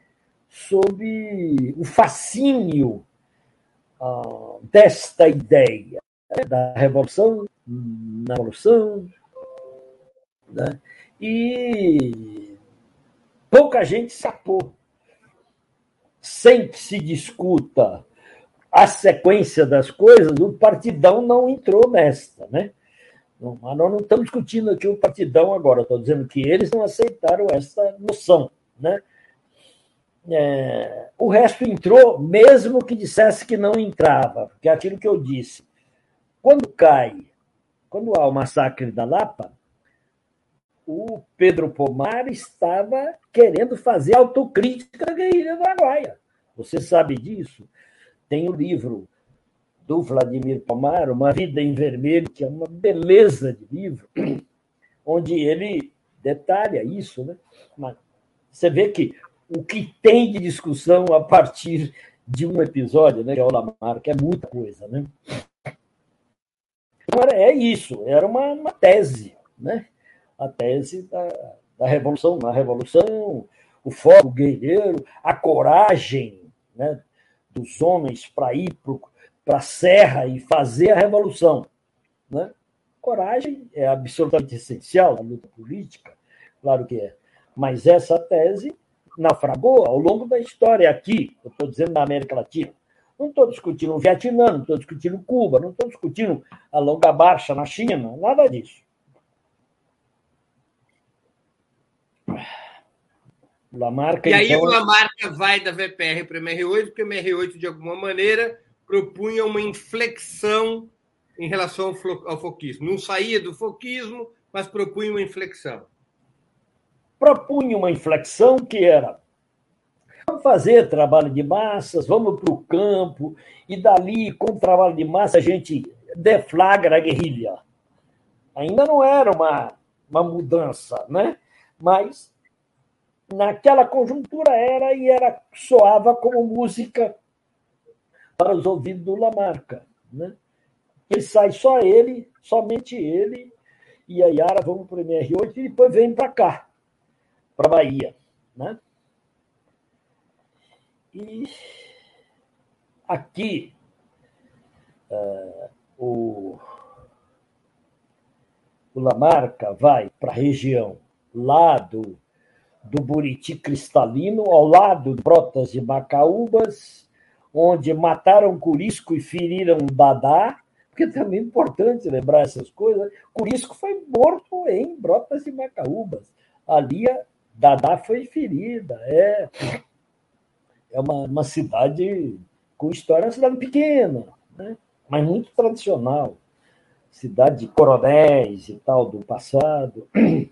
sob o fascínio desta ideia, né? Da revolução, na revolução, né? E pouca gente sacou. Sem que se discuta a sequência das coisas, o Partidão não entrou nesta, né? Mas nós não estamos discutindo aqui o Partidão agora, estou dizendo que eles não aceitaram essa noção, né? O resto entrou, mesmo que dissesse que não entrava, porque é aquilo que eu disse. Quando há o massacre da Lapa, o Pedro Pomar estava querendo fazer autocrítica da guerrilha do Araguaia. Você sabe disso? Tem o livro do Vladimir Pomar, Uma Vida em Vermelho, que é uma beleza de livro, onde ele detalha isso, né? Mas você vê que o que tem de discussão a partir de um episódio, né, que é o Lamarck, é muita coisa, né? Então, é isso, era uma tese, né? A tese da revolução, a revolução, o fogo guerreiro, a coragem, né, dos homens para ir para a serra e fazer a revolução, né? Coragem é absolutamente essencial na luta política, claro que é, mas essa tese naufragou ao longo da história aqui, eu estou dizendo na América Latina. Não estou discutindo o Vietnã, não estou discutindo Cuba, não estou discutindo a longa marcha na China, nada disso.
Lamarck, e aí então... o Lamarck vai da VPR para o MR8, porque o MR8, de alguma maneira, propunha uma inflexão em relação ao foquismo. Não saía do foquismo, mas propunha uma inflexão.
Propunha uma inflexão que era: vamos fazer trabalho de massas, vamos para o campo, e dali, com o trabalho de massa, a gente deflagra a guerrilha. Ainda não era uma mudança, né? Mas naquela conjuntura soava como música para os ouvidos do Lamarck, né? Ele sai somente ele e a Yara vão para o MR8 e depois vem para cá, para a Bahia, né? E aqui o Lamarck vai para a região lá do Buriti Cristalino, ao lado de Brotas de Macaúbas, onde mataram Curisco e feriram Dadá, porque também é importante lembrar essas coisas. Curisco foi morto em Brotas de Macaúbas. Ali Dadá foi ferida. É uma cidade com história, uma cidade pequena, né? Mas muito tradicional. Cidade de coronéis e tal, do passado.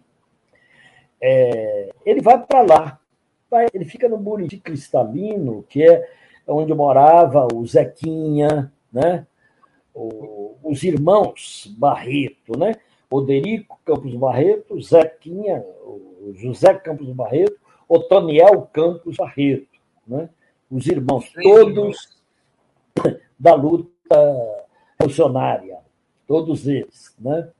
Ele vai para lá. Ele fica no Buriti Cristalino, que é onde morava o Zequinha, né? Os irmãos Barreto, né? Oderico Campos Barreto, Zequinha, o José Campos Barreto, Otoniel Campos Barreto, né? Os irmãos todos da luta revolucionária, todos eles, né?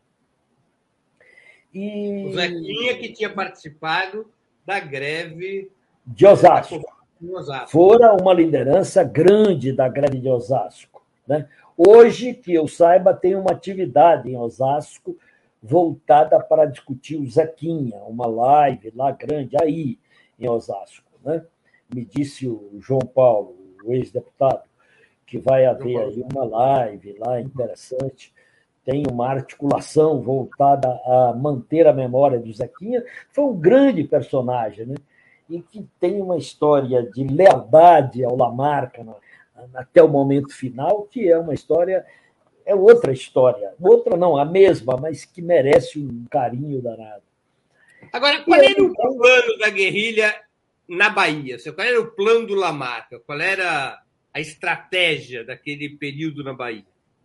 E o Zequinha que tinha participado da greve
de Osasco. Fora uma liderança grande da greve de Osasco, né? Hoje, que eu saiba, tem uma atividade em Osasco voltada para discutir o Zequinha, uma live lá grande aí em Osasco, né? Me disse o João Paulo, o ex-deputado, que vai haver aí uma live lá interessante. Tem uma articulação voltada a manter a memória do Zequinha. Foi um grande personagem, né? e que tem uma história de lealdade ao Lamarca até o momento final, que é uma história, é outra história. Outra não, a mesma, mas que merece um carinho danado.
Agora, qual era o plano da guerrilha na Bahia? Qual era o plano do Lamarca? Qual era a estratégia daquele período na Bahia?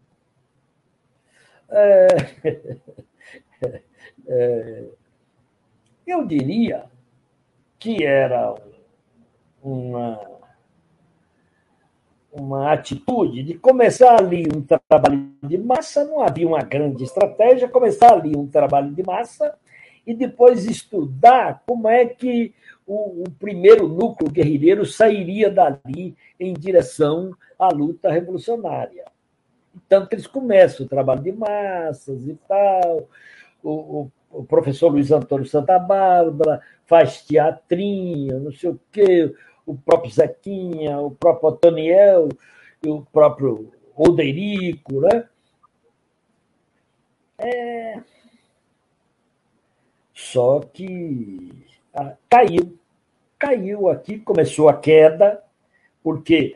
Eu diria que era uma atitude de começar ali um trabalho de massa, não havia uma grande estratégia, começar ali um trabalho de massa e depois estudar como é que o primeiro núcleo guerrilheiro sairia dali em direção à luta revolucionária. Tanto que eles começam o trabalho de massas e tal, o professor Luiz Antônio Santa Bárbara faz teatrinho, não sei o quê, o próprio Zequinha, o próprio Otoniel, o próprio Oderico, né? Só que caiu aqui, começou a queda, porque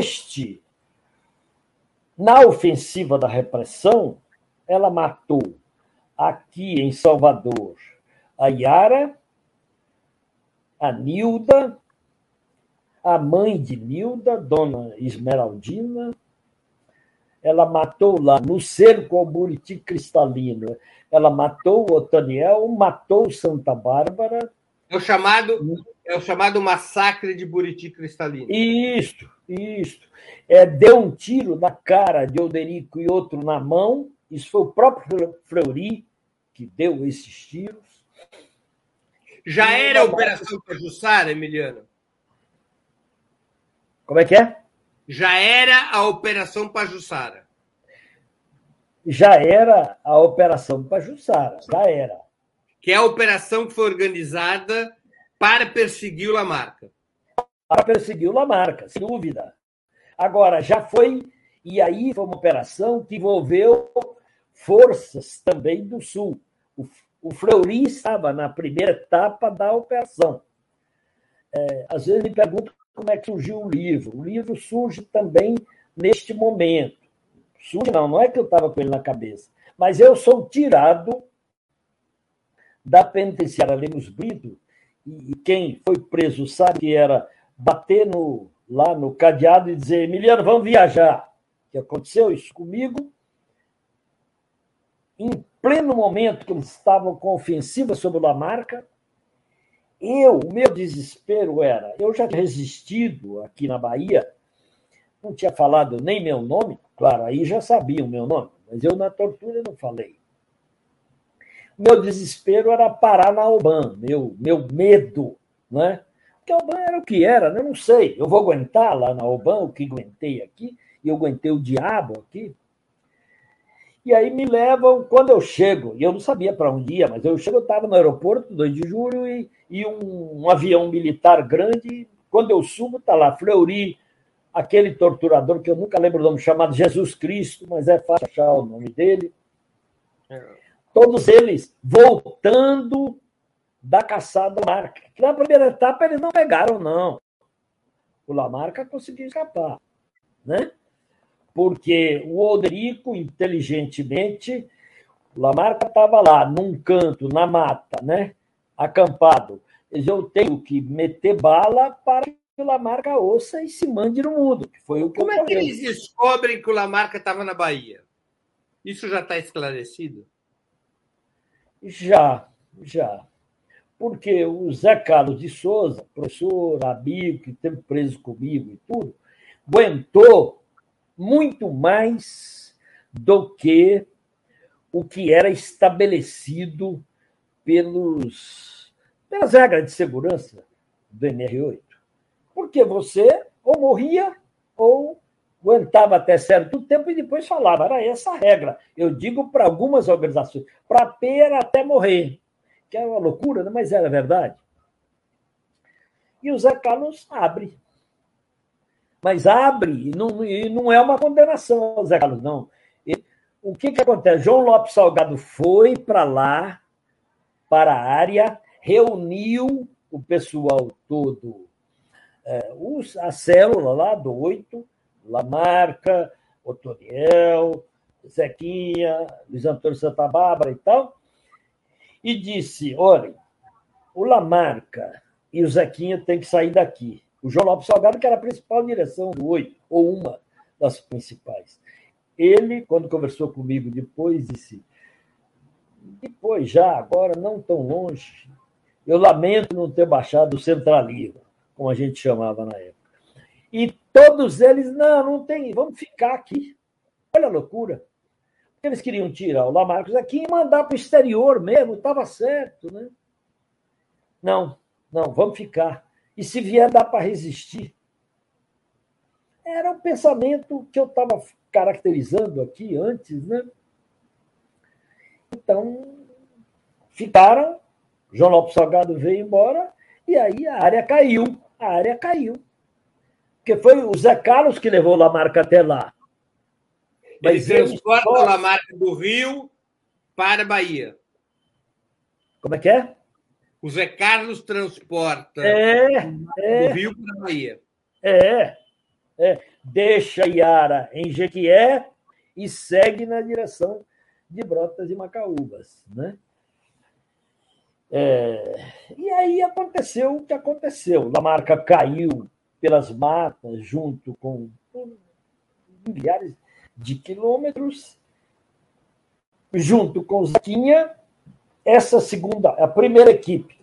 na ofensiva da repressão, ela matou aqui em Salvador a Yara, a Nilda, a mãe de Nilda, Dona Esmeraldina. Ela matou lá no cerco ao Buriti Cristalino. Ela matou o Otaniel, matou Santa Bárbara.
É o chamado massacre de Buriti Cristalino.
Isso. Deu um tiro na cara de Oderico e outro na mão. Isso foi o próprio Fleury que deu esses tiros.
Já era a Operação Pajuçara, Emiliano?
Como é que é?
Já era a Operação Pajuçara.
Já era a Operação Pajuçara, já era.
Que é a operação que foi organizada para perseguir o Lamarca.
Para perseguir o Lamarca, sem dúvida. Agora, já foi, e aí foi uma operação que envolveu forças também do Sul. O Fleury estava na primeira etapa da operação. Às vezes me perguntam como é que surgiu o livro. O livro surge também neste momento. Surge não é que eu estava com ele na cabeça, mas eu sou tirado da penitenciária Lemos Brito, e quem foi preso sabe que era bater lá no cadeado e dizer: Emiliano, vamos viajar. Que aconteceu isso comigo. Em pleno momento que eles estavam com ofensiva sobre o Lamarca, o meu desespero era, eu já tinha resistido aqui na Bahia, não tinha falado nem meu nome, claro, aí já sabiam o meu nome, mas eu na tortura não falei. Meu desespero era parar na Alban, meu medo, né? Porque a Alban era o que era, né? Eu não sei, eu vou aguentar lá na Alban o que aguentei aqui, e eu aguentei o diabo aqui. E aí me levam, quando eu chego, e eu não sabia para onde ia, mas eu estava no aeroporto, 2 de julho, e um avião militar grande, quando eu subo, está lá Fleury, aquele torturador que eu nunca lembro o nome, chamado Jesus Cristo, mas é fácil achar o nome dele. Todos eles voltando da caçada do Lamarca. Que na primeira etapa eles não pegaram, não. O Lamarca conseguiu escapar, né? Porque o Oderico, inteligentemente, o Lamarca estava lá, num canto, na mata, né? Acampado. Eu tenho que meter bala para que o Lamarca ouça e se mande no mundo. Que foi o que
Como é que eles descobrem que o Lamarca estava na Bahia? Isso já está esclarecido?
Já. Porque o Zé Carlos de Souza, professor, amigo, que esteve preso comigo e tudo, aguentou muito mais do que o que era estabelecido pelas regras de segurança do NR8. Porque você ou morria ou aguentava até certo tempo e depois falava. Era essa a regra. Eu digo para algumas organizações. Para a P era até morrer. Que era uma loucura, né? Mas era verdade. E o Zé Carlos abre. Mas abre, e não é uma condenação ao Zé Carlos, não. O que acontece? João Lopes Salgado foi para lá, para a área, reuniu o pessoal todo, a célula lá do 8, Lamarca, Otoniel, Zequinha, Luiz Antônio Santa Bárbara e tal, e disse, olha, o Lamarca e o Zequinha têm que sair daqui. O João Lopes Salgado, que era a principal direção do 8, ou uma das principais. Ele, quando conversou comigo depois, disse, depois já, agora não tão longe, eu lamento não ter baixado o centralismo, como a gente chamava na época. E todos eles, não tem, vamos ficar aqui. Olha a loucura. Porque eles queriam tirar o Lamarca aqui e mandar para o exterior mesmo, estava certo, né? Não, vamos ficar. E se vier, dá para resistir. Era o pensamento que eu estava caracterizando aqui antes, né? Então, ficaram, João Lopes Salgado veio embora, e aí a área caiu. Porque foi o Zé Carlos que levou o Lamarca até lá.
Mas ele transporta o Lamarca do Rio para a Bahia.
Como é que é?
O Zé Carlos transporta do Rio para a Bahia.
Deixa Iara em Jequié e segue na direção de Brotas e Macaúbas, né? E aí aconteceu o que aconteceu. Lamarca caiu pelas matas junto com milhares de quilômetros, junto com Zequinha. Essa segunda, a primeira equipe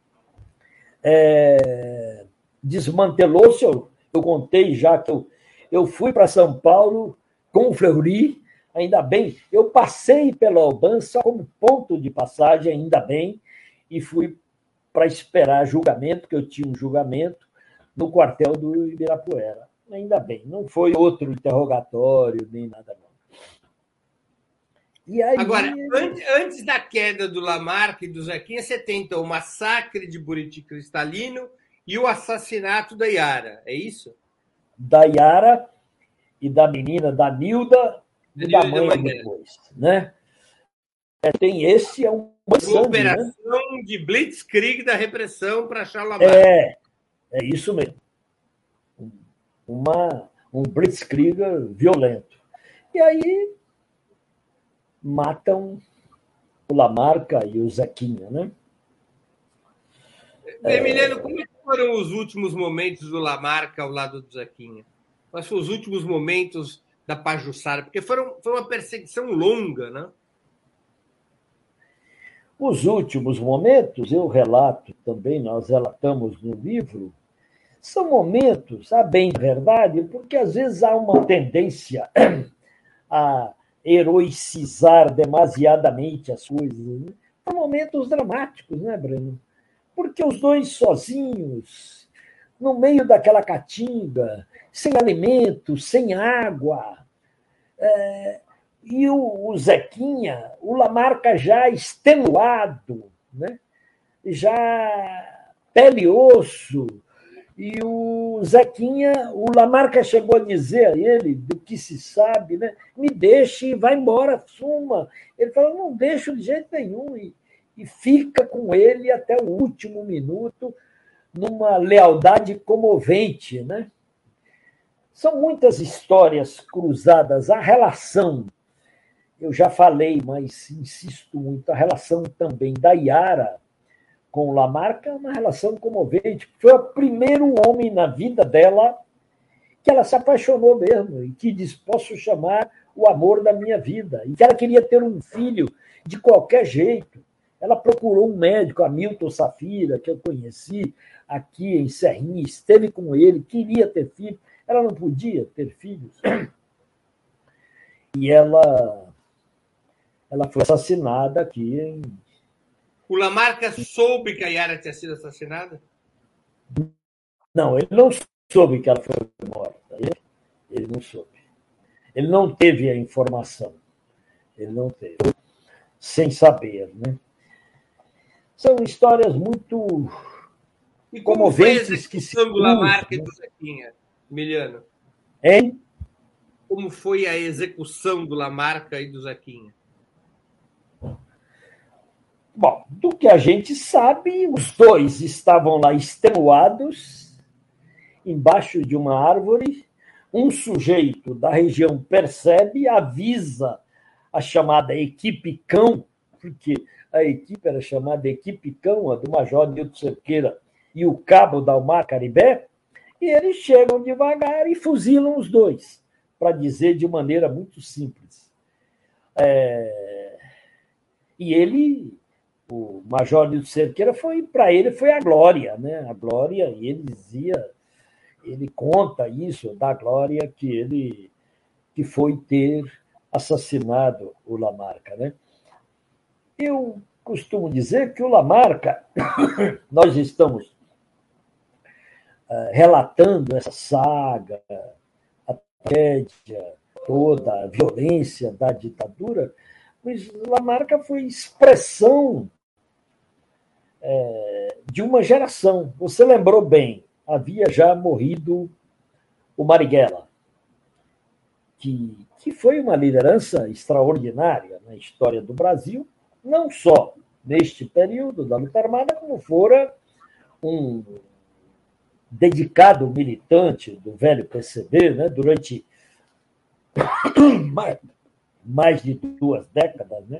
desmantelou-se. Eu contei já que eu fui para São Paulo com o Fleury, ainda bem. Eu passei pela Alban só como ponto de passagem, ainda bem, e fui para esperar julgamento, que eu tinha um julgamento no quartel do Ibirapuera. Ainda bem, não foi outro interrogatório, nem nada não.
E aí... Agora, antes da queda do Lamarca e do Zequinha, você tem então o massacre de Buriti Cristalino e o assassinato da Iara, é isso?
Da Iara e da menina, da Nilda e da mãe depois, né? Tem esse, é uma
operação, né? De blitzkrieg da repressão para achar o Lamarca.
É isso mesmo. Um blitzkrieg violento. E aí matam o Lamarca e o Zequinha, né?
Emiliano, como foram os últimos momentos do Lamarca ao lado do Zequinha? Quais foram os últimos momentos da Pajuçara? Porque foi uma perseguição longa, né?
Os últimos momentos, eu relato também, nós relatamos no livro, são momentos, a bem verdade, porque às vezes há uma tendência a heroicizar demasiadamente as coisas. Né? São momentos dramáticos, né, Breno? Porque os dois sozinhos, no meio daquela caatinga, sem alimento, sem água, e o Zequinha, o Lamarca já extenuado, né? Já pele e osso, e o Zequinha, o Lamarca chegou a dizer a ele, do que se sabe, né? Me deixe e vai embora, suma. Ele falou, não deixo de jeito nenhum, e fica com ele até o último minuto, numa lealdade comovente, né? São muitas histórias cruzadas, a relação, eu já falei, mas insisto muito, a relação também da Iara com o Lamarca é uma relação comovente. Foi o primeiro homem na vida dela que ela se apaixonou mesmo e que disse, posso chamar o amor da minha vida. E que ela queria ter um filho de qualquer jeito. Ela procurou um médico, Hamilton Safira, que eu conheci aqui em Serrinha, esteve com ele, queria ter filho. Ela não podia ter filhos. E ela foi assassinada aqui em...
O Lamarca soube que a Iara tinha sido assassinada?
Não, ele não soube que ela foi morta. Ele não soube. Ele não teve a informação. Ele não teve. Sem saber, né? São histórias muito
e como comoventes foi a que se cruzam, do Lamarca, né? E do Zequinha, Emiliano?
Hein?
Como foi a execução do Lamarca e do Zequinha?
Bom, do que a gente sabe, os dois estavam lá extenuados, embaixo de uma árvore. Um sujeito da região percebe, avisa a chamada equipe cão, porque a equipe era chamada equipe cão, a do Major Nilton Cerqueira e o cabo Dalmar Caribé, e eles chegam devagar e fuzilam os dois, para dizer de maneira muito simples. E ele, o Major Nilton Cerqueira, para ele foi a glória, né? A glória, e ele conta isso, da glória que foi ter assassinado o Lamarca, né? Eu costumo dizer que o Lamarca, nós estamos relatando essa saga, a tragédia, toda a violência da ditadura, mas Lamarca foi expressão de uma geração. Você lembrou bem, havia já morrido o Marighella, que foi uma liderança extraordinária na história do Brasil, não só neste período da luta armada, como fora um dedicado militante do velho PCB, né, durante mais de 2 décadas. Né?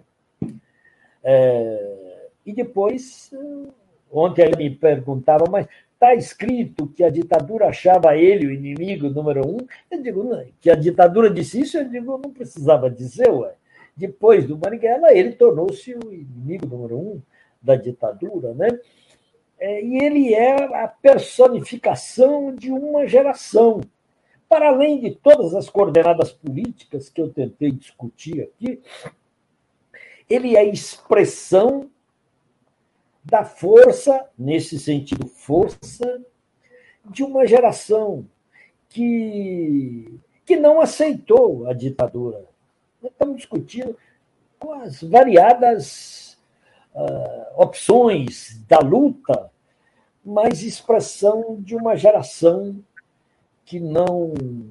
E depois, ontem ele me perguntava, mas está escrito que a ditadura achava ele o inimigo número 1? Eu digo, não, que a ditadura disse isso, eu digo, não precisava dizer, ué. Depois do Marighella, ele tornou-se o inimigo número 1 da ditadura, né? E ele é a personificação de uma geração. Para além de todas as coordenadas políticas que eu tentei discutir aqui, ele é a expressão da força, nesse sentido, força, de uma geração que não aceitou a ditadura. Nós estamos discutindo com as variadas opções da luta, mas expressão de uma geração que não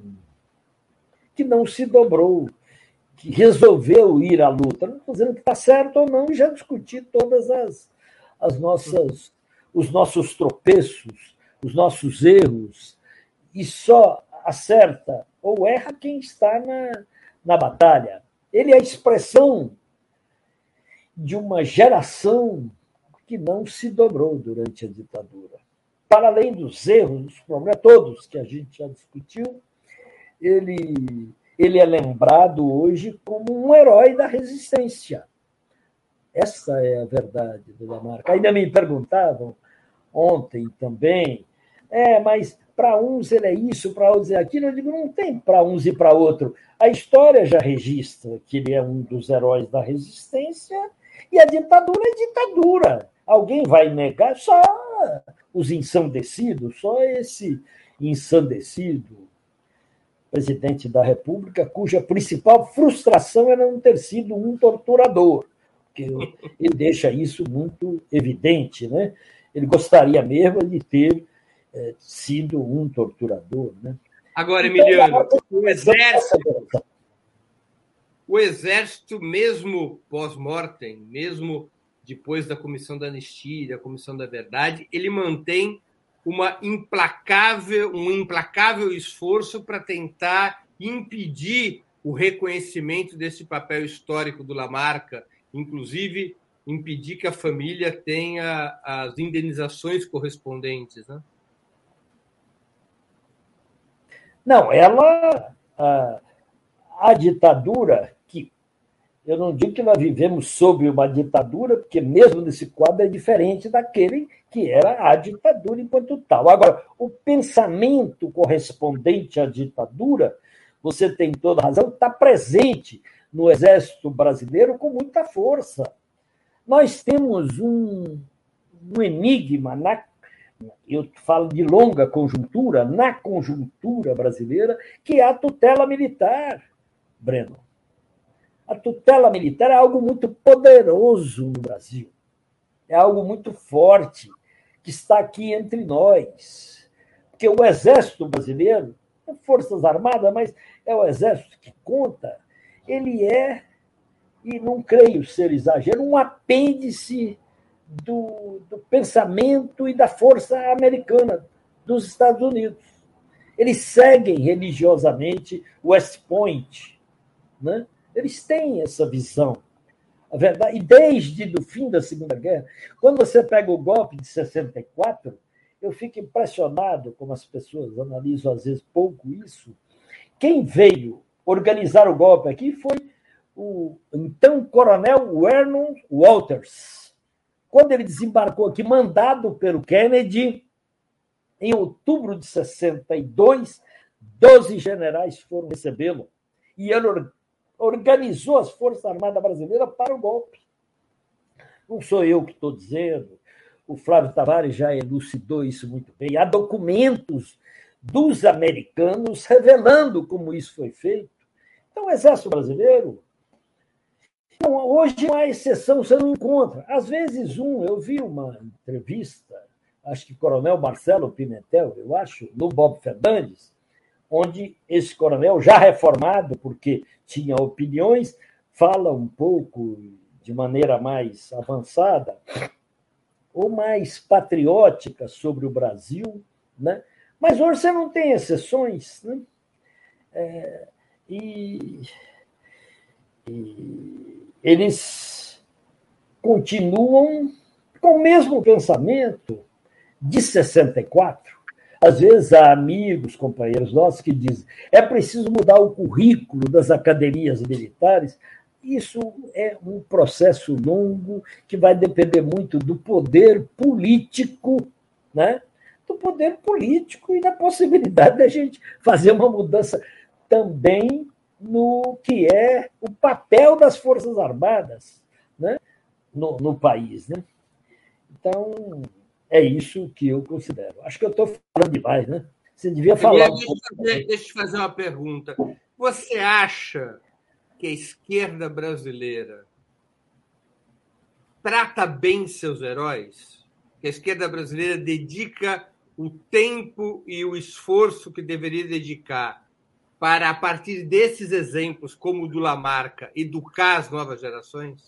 se dobrou, que resolveu ir à luta. Não estou dizendo que está certo ou não, já discuti todas os nossos tropeços, os nossos erros, e só acerta ou erra quem está na batalha. Ele é a expressão de uma geração que não se dobrou durante a ditadura. Para além dos erros, dos problemas todos que a gente já discutiu, ele é lembrado hoje como um herói da resistência. Essa é a verdade do Lamarca. Ainda me perguntavam ontem também, mas para uns ele é isso, para outros é aquilo. Eu digo, não tem para uns e para outro. A história já registra que ele é um dos heróis da resistência e a ditadura é ditadura. Alguém vai negar? Só os ensandecidos, só esse ensandecido presidente da República, cuja principal frustração era não ter sido um torturador, porque ele deixa isso muito evidente, né? Ele gostaria mesmo de ter sido um torturador, né?
Agora, Emiliano, o exército, mesmo pós-mortem, mesmo depois da Comissão da Anistia, da Comissão da Verdade, ele mantém um implacável esforço para tentar impedir o reconhecimento desse papel histórico do Lamarca, inclusive impedir que a família tenha as indenizações correspondentes, né?
Não, a ditadura, que eu não digo que nós vivemos sob uma ditadura, porque mesmo nesse quadro é diferente daquele que era a ditadura enquanto tal. Agora, o pensamento correspondente à ditadura, você tem toda a razão, está presente no Exército Brasileiro com muita força. Nós temos um enigma, eu falo de longa conjuntura, na conjuntura brasileira, que é a tutela militar, Breno. A tutela militar é algo muito poderoso no Brasil. É algo muito forte que está aqui entre nós. Porque o Exército Brasileiro, não Forças Armadas, mas é o Exército que conta, ele é, e não creio ser exagero, um apêndice do pensamento e da força americana, dos Estados Unidos. Eles seguem religiosamente West Point, né? Eles têm essa visão. A verdade, e desde o fim da Segunda Guerra, quando você pega o golpe de 64, eu fico impressionado como as pessoas analisam às vezes pouco isso. Quem veio organizar o golpe aqui foi o então coronel Vernon Walters. Quando ele desembarcou aqui, mandado pelo Kennedy, em outubro de 62, 12 generais foram recebê-lo. E ele organizou as Forças Armadas Brasileiras para o golpe. Não sou eu que estou dizendo, o Flávio Tavares já elucidou isso muito bem. Há documentos dos americanos revelando como isso foi feito. Então, o Exército Brasileiro, hoje uma exceção você não encontra. Às vezes, eu vi uma entrevista, acho que o coronel Marcelo Pimentel, eu acho, no Bob Fernandes, onde esse coronel, já reformado, porque tinha opiniões, fala um pouco de maneira mais avançada ou mais patriótica sobre o Brasil, né? Mas hoje você não tem exceções, né? E eles continuam com o mesmo pensamento de 64. Às vezes há amigos, companheiros nossos que dizem é preciso mudar o currículo das academias militares. Isso é um processo longo que vai depender muito do poder político, né? Do poder político e da possibilidade da gente fazer uma mudança também no que é o papel das Forças Armadas, né? no país, né? Então, é isso que eu considero. Acho que eu estou falando demais, né? Você devia falar.
Deixa eu te fazer uma pergunta. Você acha que a esquerda brasileira trata bem seus heróis? Que a esquerda brasileira dedica o tempo e o esforço que deveria dedicar para, a partir desses exemplos, como o do Lamarca, educar as novas gerações?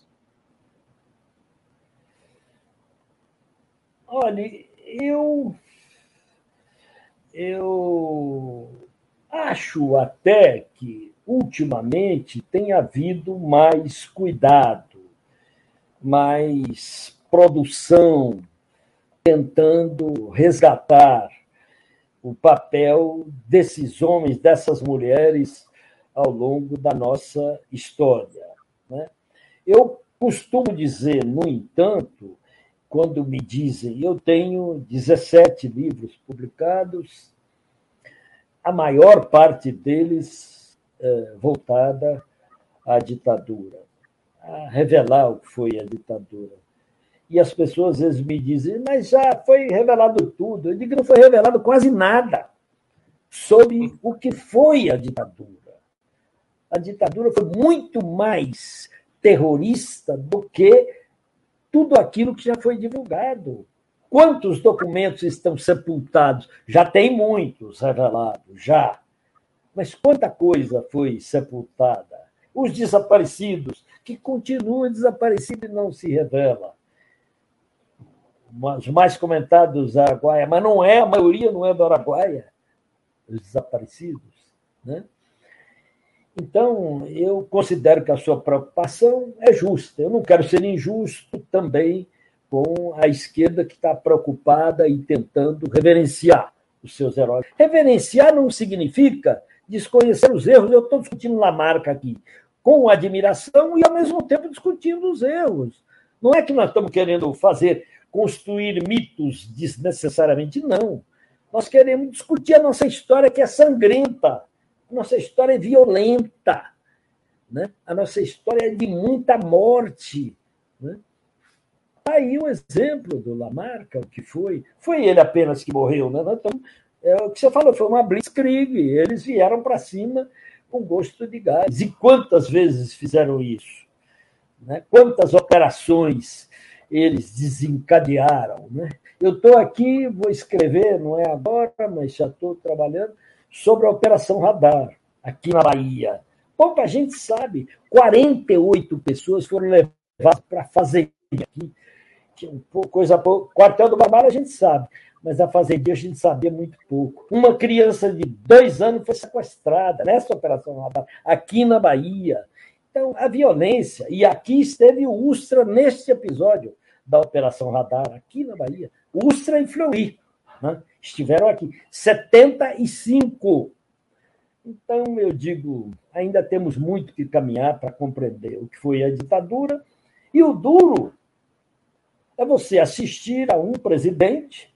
Olha, eu acho até que, ultimamente, tem havido mais cuidado, mais produção, tentando resgatar o papel desses homens, dessas mulheres, ao longo da nossa história, né? Eu costumo dizer, no entanto, quando me dizem, eu tenho 17 livros publicados, a maior parte deles voltada à ditadura, a revelar o que foi a ditadura. E as pessoas às vezes me dizem, mas já foi revelado tudo. Eu digo que não foi revelado quase nada sobre o que foi a ditadura. A ditadura foi muito mais terrorista do que tudo aquilo que já foi divulgado. Quantos documentos estão sepultados? Já tem muitos revelados, já. Mas quanta coisa foi sepultada? Os desaparecidos, que continuam desaparecidos e não se revelam. Os mais comentados, Araguaia, mas não é, a maioria não é do Araguaia, os desaparecidos, né? Então, eu considero que a sua preocupação é justa. Eu não quero ser injusto também com a esquerda que está preocupada e tentando reverenciar os seus heróis. Reverenciar não significa desconhecer os erros. Eu estou discutindo Lamarca aqui com admiração e, ao mesmo tempo, discutindo os erros. Não é que nós estamos querendo construir mitos desnecessariamente, não. Nós queremos discutir a nossa história, que é sangrenta. A nossa história é violenta, né? A nossa história é de muita morte, né? Aí o exemplo do Lamarca, o que foi ele apenas que morreu, né? Então, o que você falou, foi uma blitzkrieg, eles vieram para cima com gosto de gás. E quantas vezes fizeram isso? Né? Quantas operações eles desencadearam, né? Eu estou aqui, vou escrever, não é agora, mas já estou trabalhando, sobre a Operação Radar, aqui na Bahia. Pouca gente sabe, 48 pessoas foram levadas para a fazenda aqui, Coisa pouco. Quartel do Barbalho a gente sabe, mas a Fazendinha a gente sabia muito pouco. Uma criança de 2 anos foi sequestrada nessa Operação Radar, aqui na Bahia. Então, a violência, e aqui esteve o Ustra neste episódio da Operação Radar, aqui na Bahia. Ustra e Fleury, né? Estiveram aqui. 75. Então, eu digo, ainda temos muito que caminhar para compreender o que foi a ditadura. E o duro é você assistir a um presidente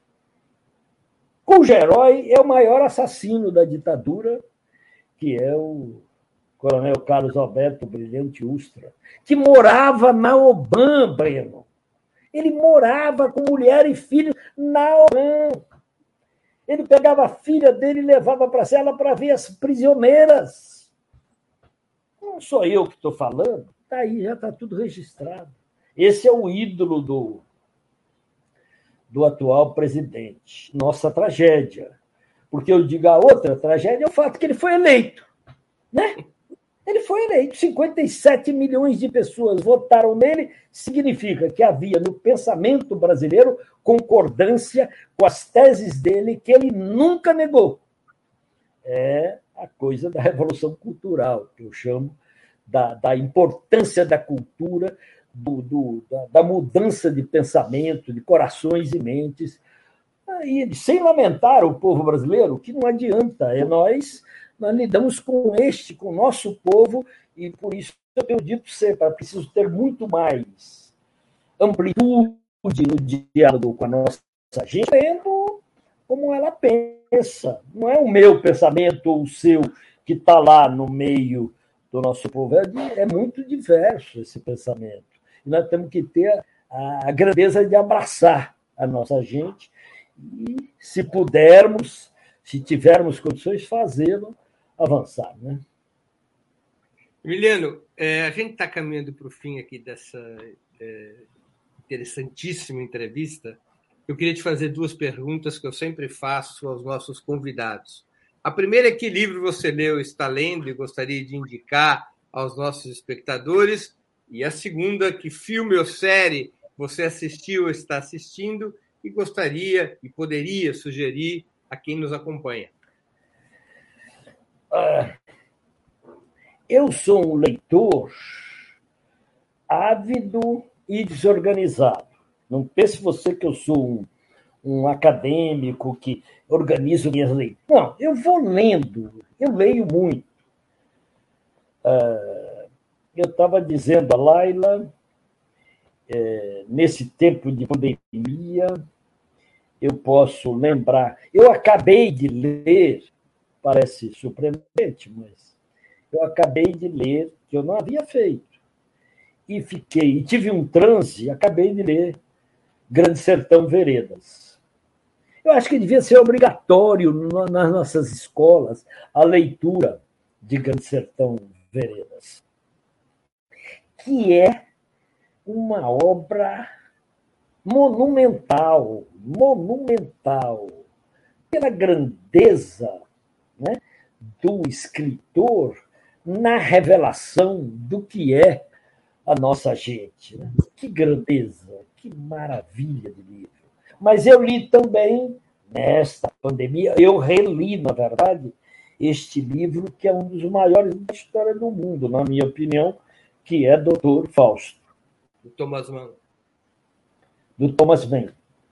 cujo herói é o maior assassino da ditadura, que é o Coronel Carlos Alberto Brilhante Ustra, que morava na Oban, Breno. Ele morava com mulher e filho na Oban. Ele pegava a filha dele e levava para a cela para ver as prisioneiras. Não sou eu que estou falando, está aí, já está tudo registrado. Esse é o ídolo do atual presidente. Nossa tragédia. Porque eu digo a outra tragédia é o fato que ele foi eleito. Né? Ele foi eleito. 57 milhões de pessoas votaram nele. Significa que havia no pensamento brasileiro concordância com as teses dele que ele nunca negou. É a coisa da revolução cultural, que eu chamo da importância da cultura, da mudança de pensamento, de corações e mentes, e sem lamentar o povo brasileiro, que não adianta, nós lidamos com o nosso povo, e por isso eu tenho dito sempre, é preciso ter muito mais amplitude no diálogo com a nossa gente, vendo como ela pensa. Não é o meu pensamento ou o seu que está lá no meio do nosso povo, é muito diverso esse pensamento. E nós temos que ter a grandeza de abraçar a nossa gente e, se pudermos, se tivermos condições, fazê-lo avançar. Né?
Emiliano, a gente está caminhando para o fim aqui dessa interessantíssima entrevista. Eu queria te fazer 2 perguntas que eu sempre faço aos nossos convidados. A primeira é: que livro você leu, está lendo e gostaria de indicar aos nossos espectadores? E a segunda: que filme ou série você assistiu ou está assistindo e gostaria e poderia sugerir a quem nos acompanha?
Eu sou um leitor ávido e desorganizado. Não pense você que eu sou um acadêmico que organizo minhas leituras. Não, eu vou lendo, eu leio muito. Eu estava dizendo a Laila, nesse tempo de pandemia, eu posso lembrar. Eu acabei de ler, parece surpreendente, mas eu acabei de ler, que eu não havia feito. E tive um transe, acabei de ler Grande Sertão Veredas. Eu acho que devia ser obrigatório nas nossas escolas a leitura de Grande Sertão Veredas, que é uma obra monumental pela grandeza, né, do escritor na revelação do que é a nossa gente. Né? Que grandeza, que maravilha de livro. Mas eu li também, nesta pandemia, eu reli, na verdade, este livro, que é um dos maiores da história do mundo, na minha opinião, que é Doutor Fausto.
Do Thomas Mann.
Do Thomas Mann.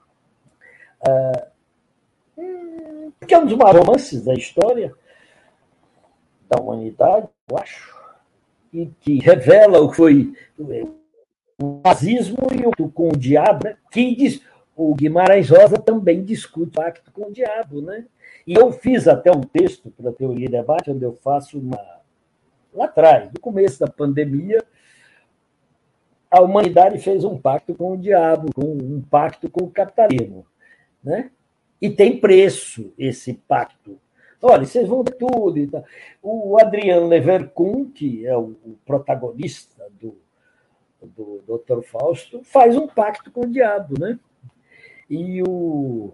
Que é um dos maiores romances da história da humanidade, eu acho, e que revela o que foi o nazismo e o com o diabo, né? Que diz, o Guimarães Rosa também discute o pacto com o diabo, né? E eu fiz até um texto para a Teoria e Debate, onde eu faço lá atrás, no começo da pandemia, a humanidade fez um pacto com o diabo, um pacto com o capitalismo, né? E tem preço esse pacto. Olha, vocês vão ver tudo e tal. O Adrian Leverkusen, que é o protagonista do Dr. Fausto, faz um pacto com o diabo, né? E o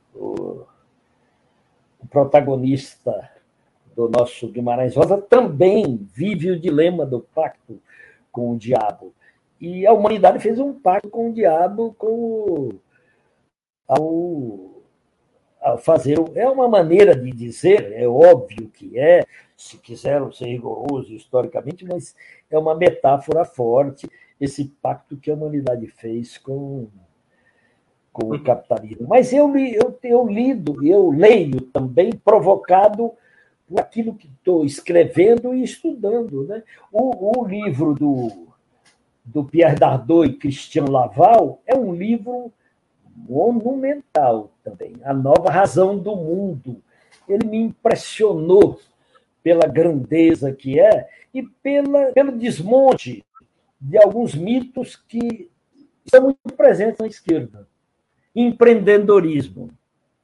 protagonista do nosso Guimarães Rosa também vive o dilema do pacto com o diabo. E a humanidade fez um pacto com o diabo ao fazer. É uma maneira de dizer, é óbvio que é, se quiseram ser rigorosos historicamente, mas é uma metáfora forte esse pacto que a humanidade fez com o capitalismo. Mas eu leio também provocado por aquilo que estou escrevendo e estudando. Né? O livro do Pierre Dardot e Christian Laval é um livro monumental também, A Nova Razão do Mundo. Ele me impressionou pela grandeza que é e pelo desmonte de alguns mitos que estão muito presentes na esquerda. Empreendedorismo.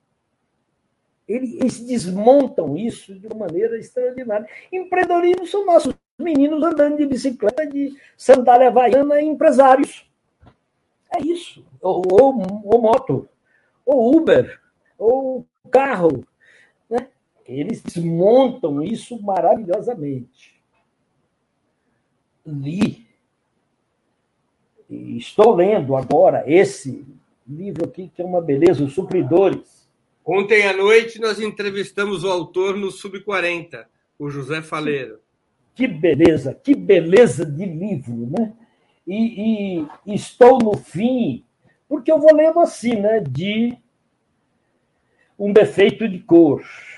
Eles desmontam isso de uma maneira extraordinária. Empreendedorismo são nossos meninos andando de bicicleta, de sandália havaiana, empresários. É isso. Ou moto, ou Uber, ou carro. Né? Eles desmontam isso maravilhosamente. Estou lendo agora esse livro aqui, que é uma beleza, Os Supridores.
Ontem à noite nós entrevistamos o autor no Sub-40, o José Faleiro.
Que beleza de livro, né? E estou no fim, porque eu vou lendo assim, né? De Um Defeito de Cor,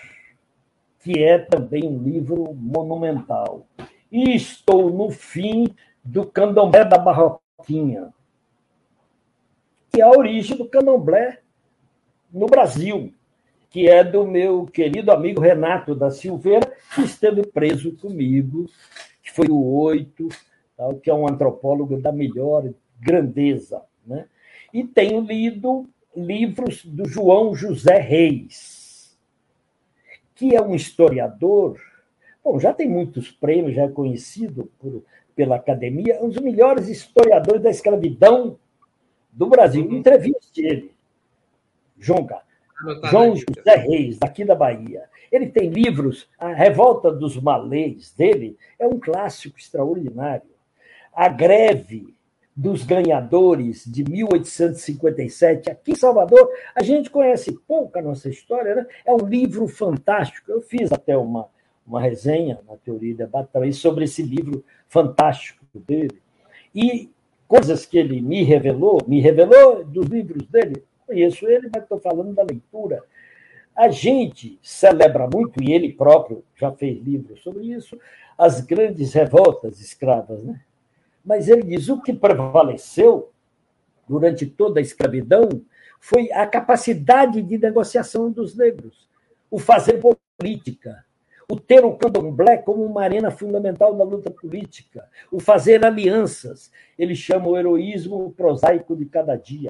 que é também um livro monumental. E estou no fim do Candomblé da Barroquinha, que é a origem do candomblé no Brasil, que é do meu querido amigo Renato da Silveira, que esteve preso comigo, que foi o 8, que é um antropólogo da melhor grandeza. Né? E tenho lido livros do João José Reis, que é um historiador, bom, já tem muitos prêmios, já é conhecido pela academia, um dos melhores historiadores da escravidão do Brasil. Entreviste ele, João José Reis, daqui da Bahia. Ele tem livros, A Revolta dos Malês, dele, é um clássico extraordinário. A Greve dos Ganhadores, de 1857, aqui em Salvador, a gente conhece pouco a nossa história, né? É um livro fantástico. Eu fiz até uma resenha na Teoria e Debate também sobre esse livro fantástico dele. E coisas que ele me revelou dos livros dele. Conheço ele, mas estou falando da leitura. A gente celebra muito, e ele próprio já fez livros sobre isso, as grandes revoltas escravas. Né? Mas ele diz o que prevaleceu durante toda a escravidão foi a capacidade de negociação dos negros, o fazer política, o ter o candomblé como uma arena fundamental na luta política, o fazer alianças. Ele chama o heroísmo prosaico de cada dia.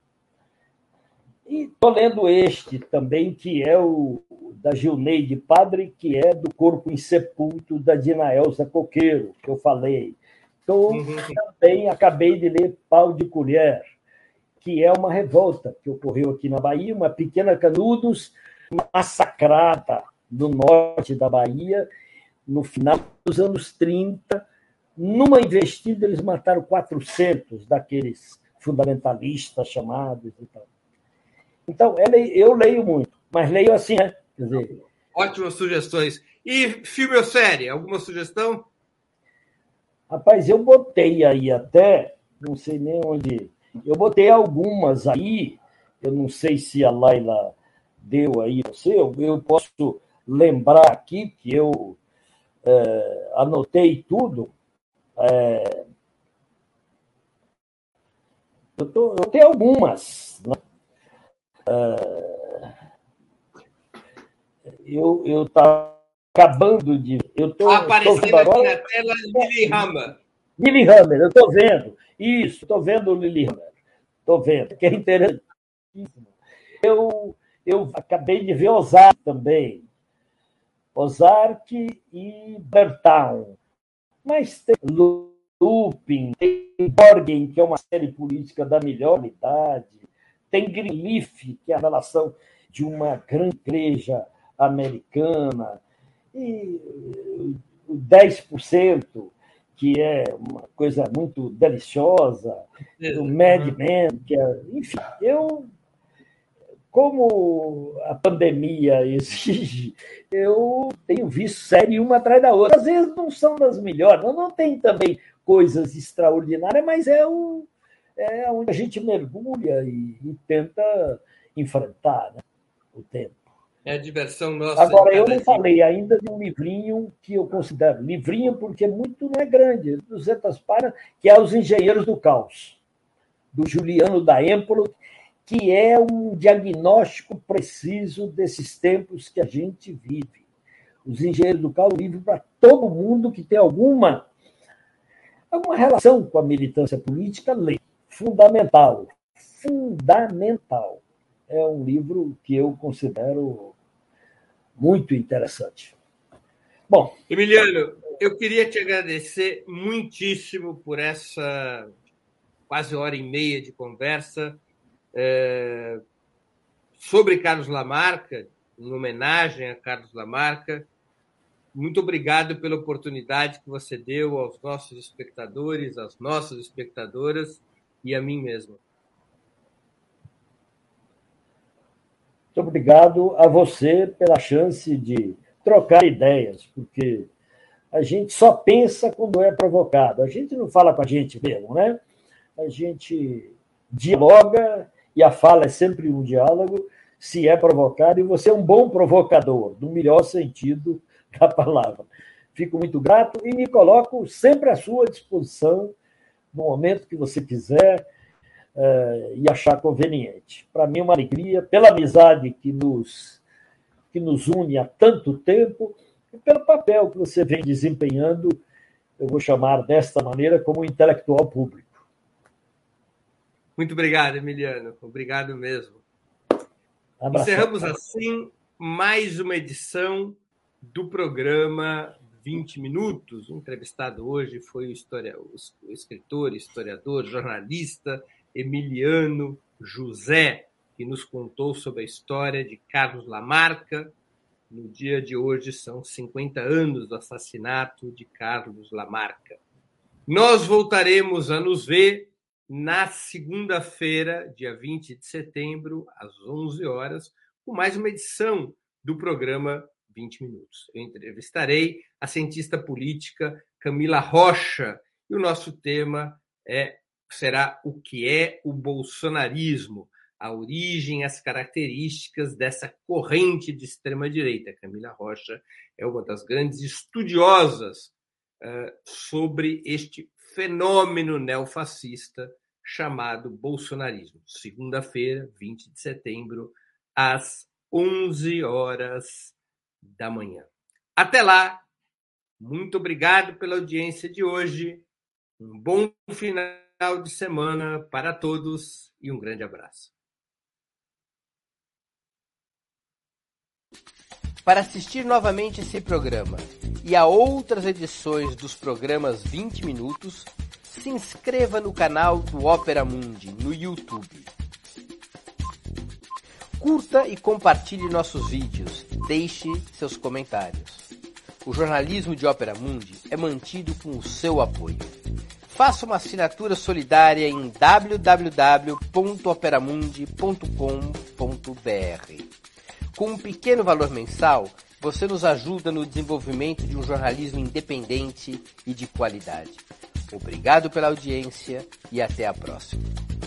E estou lendo este também, que é o da Gilneide Padre, que é do Corpo Insepulto, da Dina Elza Coqueiro, que eu falei. Também acabei de ler Pau de Colher, que é uma revolta que ocorreu aqui na Bahia, uma pequena Canudos massacrada no norte da Bahia, no final dos anos 30. Numa investida, eles mataram 400 daqueles fundamentalistas chamados e tal. Então, eu leio muito, mas leio assim, né? Quer dizer,
ótimas sugestões. E filme ou série? Alguma sugestão?
Rapaz, eu botei aí até, não sei nem onde, eu botei algumas aí, eu não sei se a Laila deu aí você, eu posso lembrar aqui que eu anotei tudo. Eu tenho algumas, né? Eu estava acabando de.
Aparecendo aqui na tela Lilyhammer.
Lilyhammer, eu estou vendo. Isso, estou vendo o Lilyhammer. Estou vendo, que é interessantíssimo. Eu acabei de ver Ozark também. Ozark e Bertown. Mas tem Lupin, tem Borgen, que é uma série política da melhor qualidade. Tem Greenleaf, que é a relação de uma grande igreja americana. E o 10%, que é uma coisa muito deliciosa, do Mad Men, enfim, como a pandemia exige, eu tenho visto série uma atrás da outra. Às vezes não são das melhores, não tem também coisas extraordinárias, mas é onde a gente mergulha e tenta enfrentar, né, o tempo.
É a diversão nossa.
Agora, eu não falei ainda de um livrinho que eu considero livrinho porque não é grande, 200 páginas, que é Os Engenheiros do Caos, do Juliano da Empolo, que é um diagnóstico preciso desses tempos que a gente vive. Os Engenheiros do Caos, livro para todo mundo que tem alguma relação com a militância política, lê. Fundamental. É um livro que eu considero muito interessante. Bom,
Emiliano, eu queria te agradecer muitíssimo por essa quase hora e meia de conversa sobre Carlos Lamarca, em homenagem a Carlos Lamarca. Muito obrigado pela oportunidade que você deu aos nossos espectadores, às nossas espectadoras e a mim mesmo.
Muito obrigado a você pela chance de trocar ideias, porque a gente só pensa quando é provocado. A gente não fala com a gente mesmo, né? A gente dialoga e a fala é sempre um diálogo se é provocado, e você é um bom provocador, no melhor sentido da palavra. Fico muito grato e me coloco sempre à sua disposição no momento que você quiser e achar conveniente. Para mim é uma alegria, pela amizade que nos une há tanto tempo e pelo papel que você vem desempenhando, eu vou chamar desta maneira, como intelectual público.
Muito obrigado, Emiliano. Obrigado mesmo.
Abraço.
Encerramos assim mais uma edição do programa 20 Minutos. O entrevistado hoje foi o escritor, historiador, jornalista Emiliano José, que nos contou sobre a história de Carlos Lamarca. No dia de hoje são 50 anos do assassinato de Carlos Lamarca. Nós voltaremos a nos ver na segunda-feira, dia 20 de setembro, às 11 horas, com mais uma edição do programa 20 Minutos. Eu entrevistarei a cientista política Camila Rocha e o nosso tema será o que é o bolsonarismo, a origem e as características dessa corrente de extrema-direita. Camila Rocha é uma das grandes estudiosas sobre este fenômeno neofascista chamado bolsonarismo. Segunda-feira, 20 de setembro, às 11 horas da manhã. Até lá, muito obrigado pela audiência de hoje, um bom final de semana para todos e um grande abraço.
Para assistir novamente esse programa e a outras edições dos programas 20 Minutos, se inscreva no canal do Ópera Mundi no YouTube. Curta e compartilhe nossos vídeos, deixe seus comentários. O jornalismo de Ópera Mundi é mantido com o seu apoio. Faça uma assinatura solidária em www.operamundi.com.br. Com um pequeno valor mensal, você nos ajuda no desenvolvimento de um jornalismo independente e de qualidade. Obrigado pela audiência e até a próxima.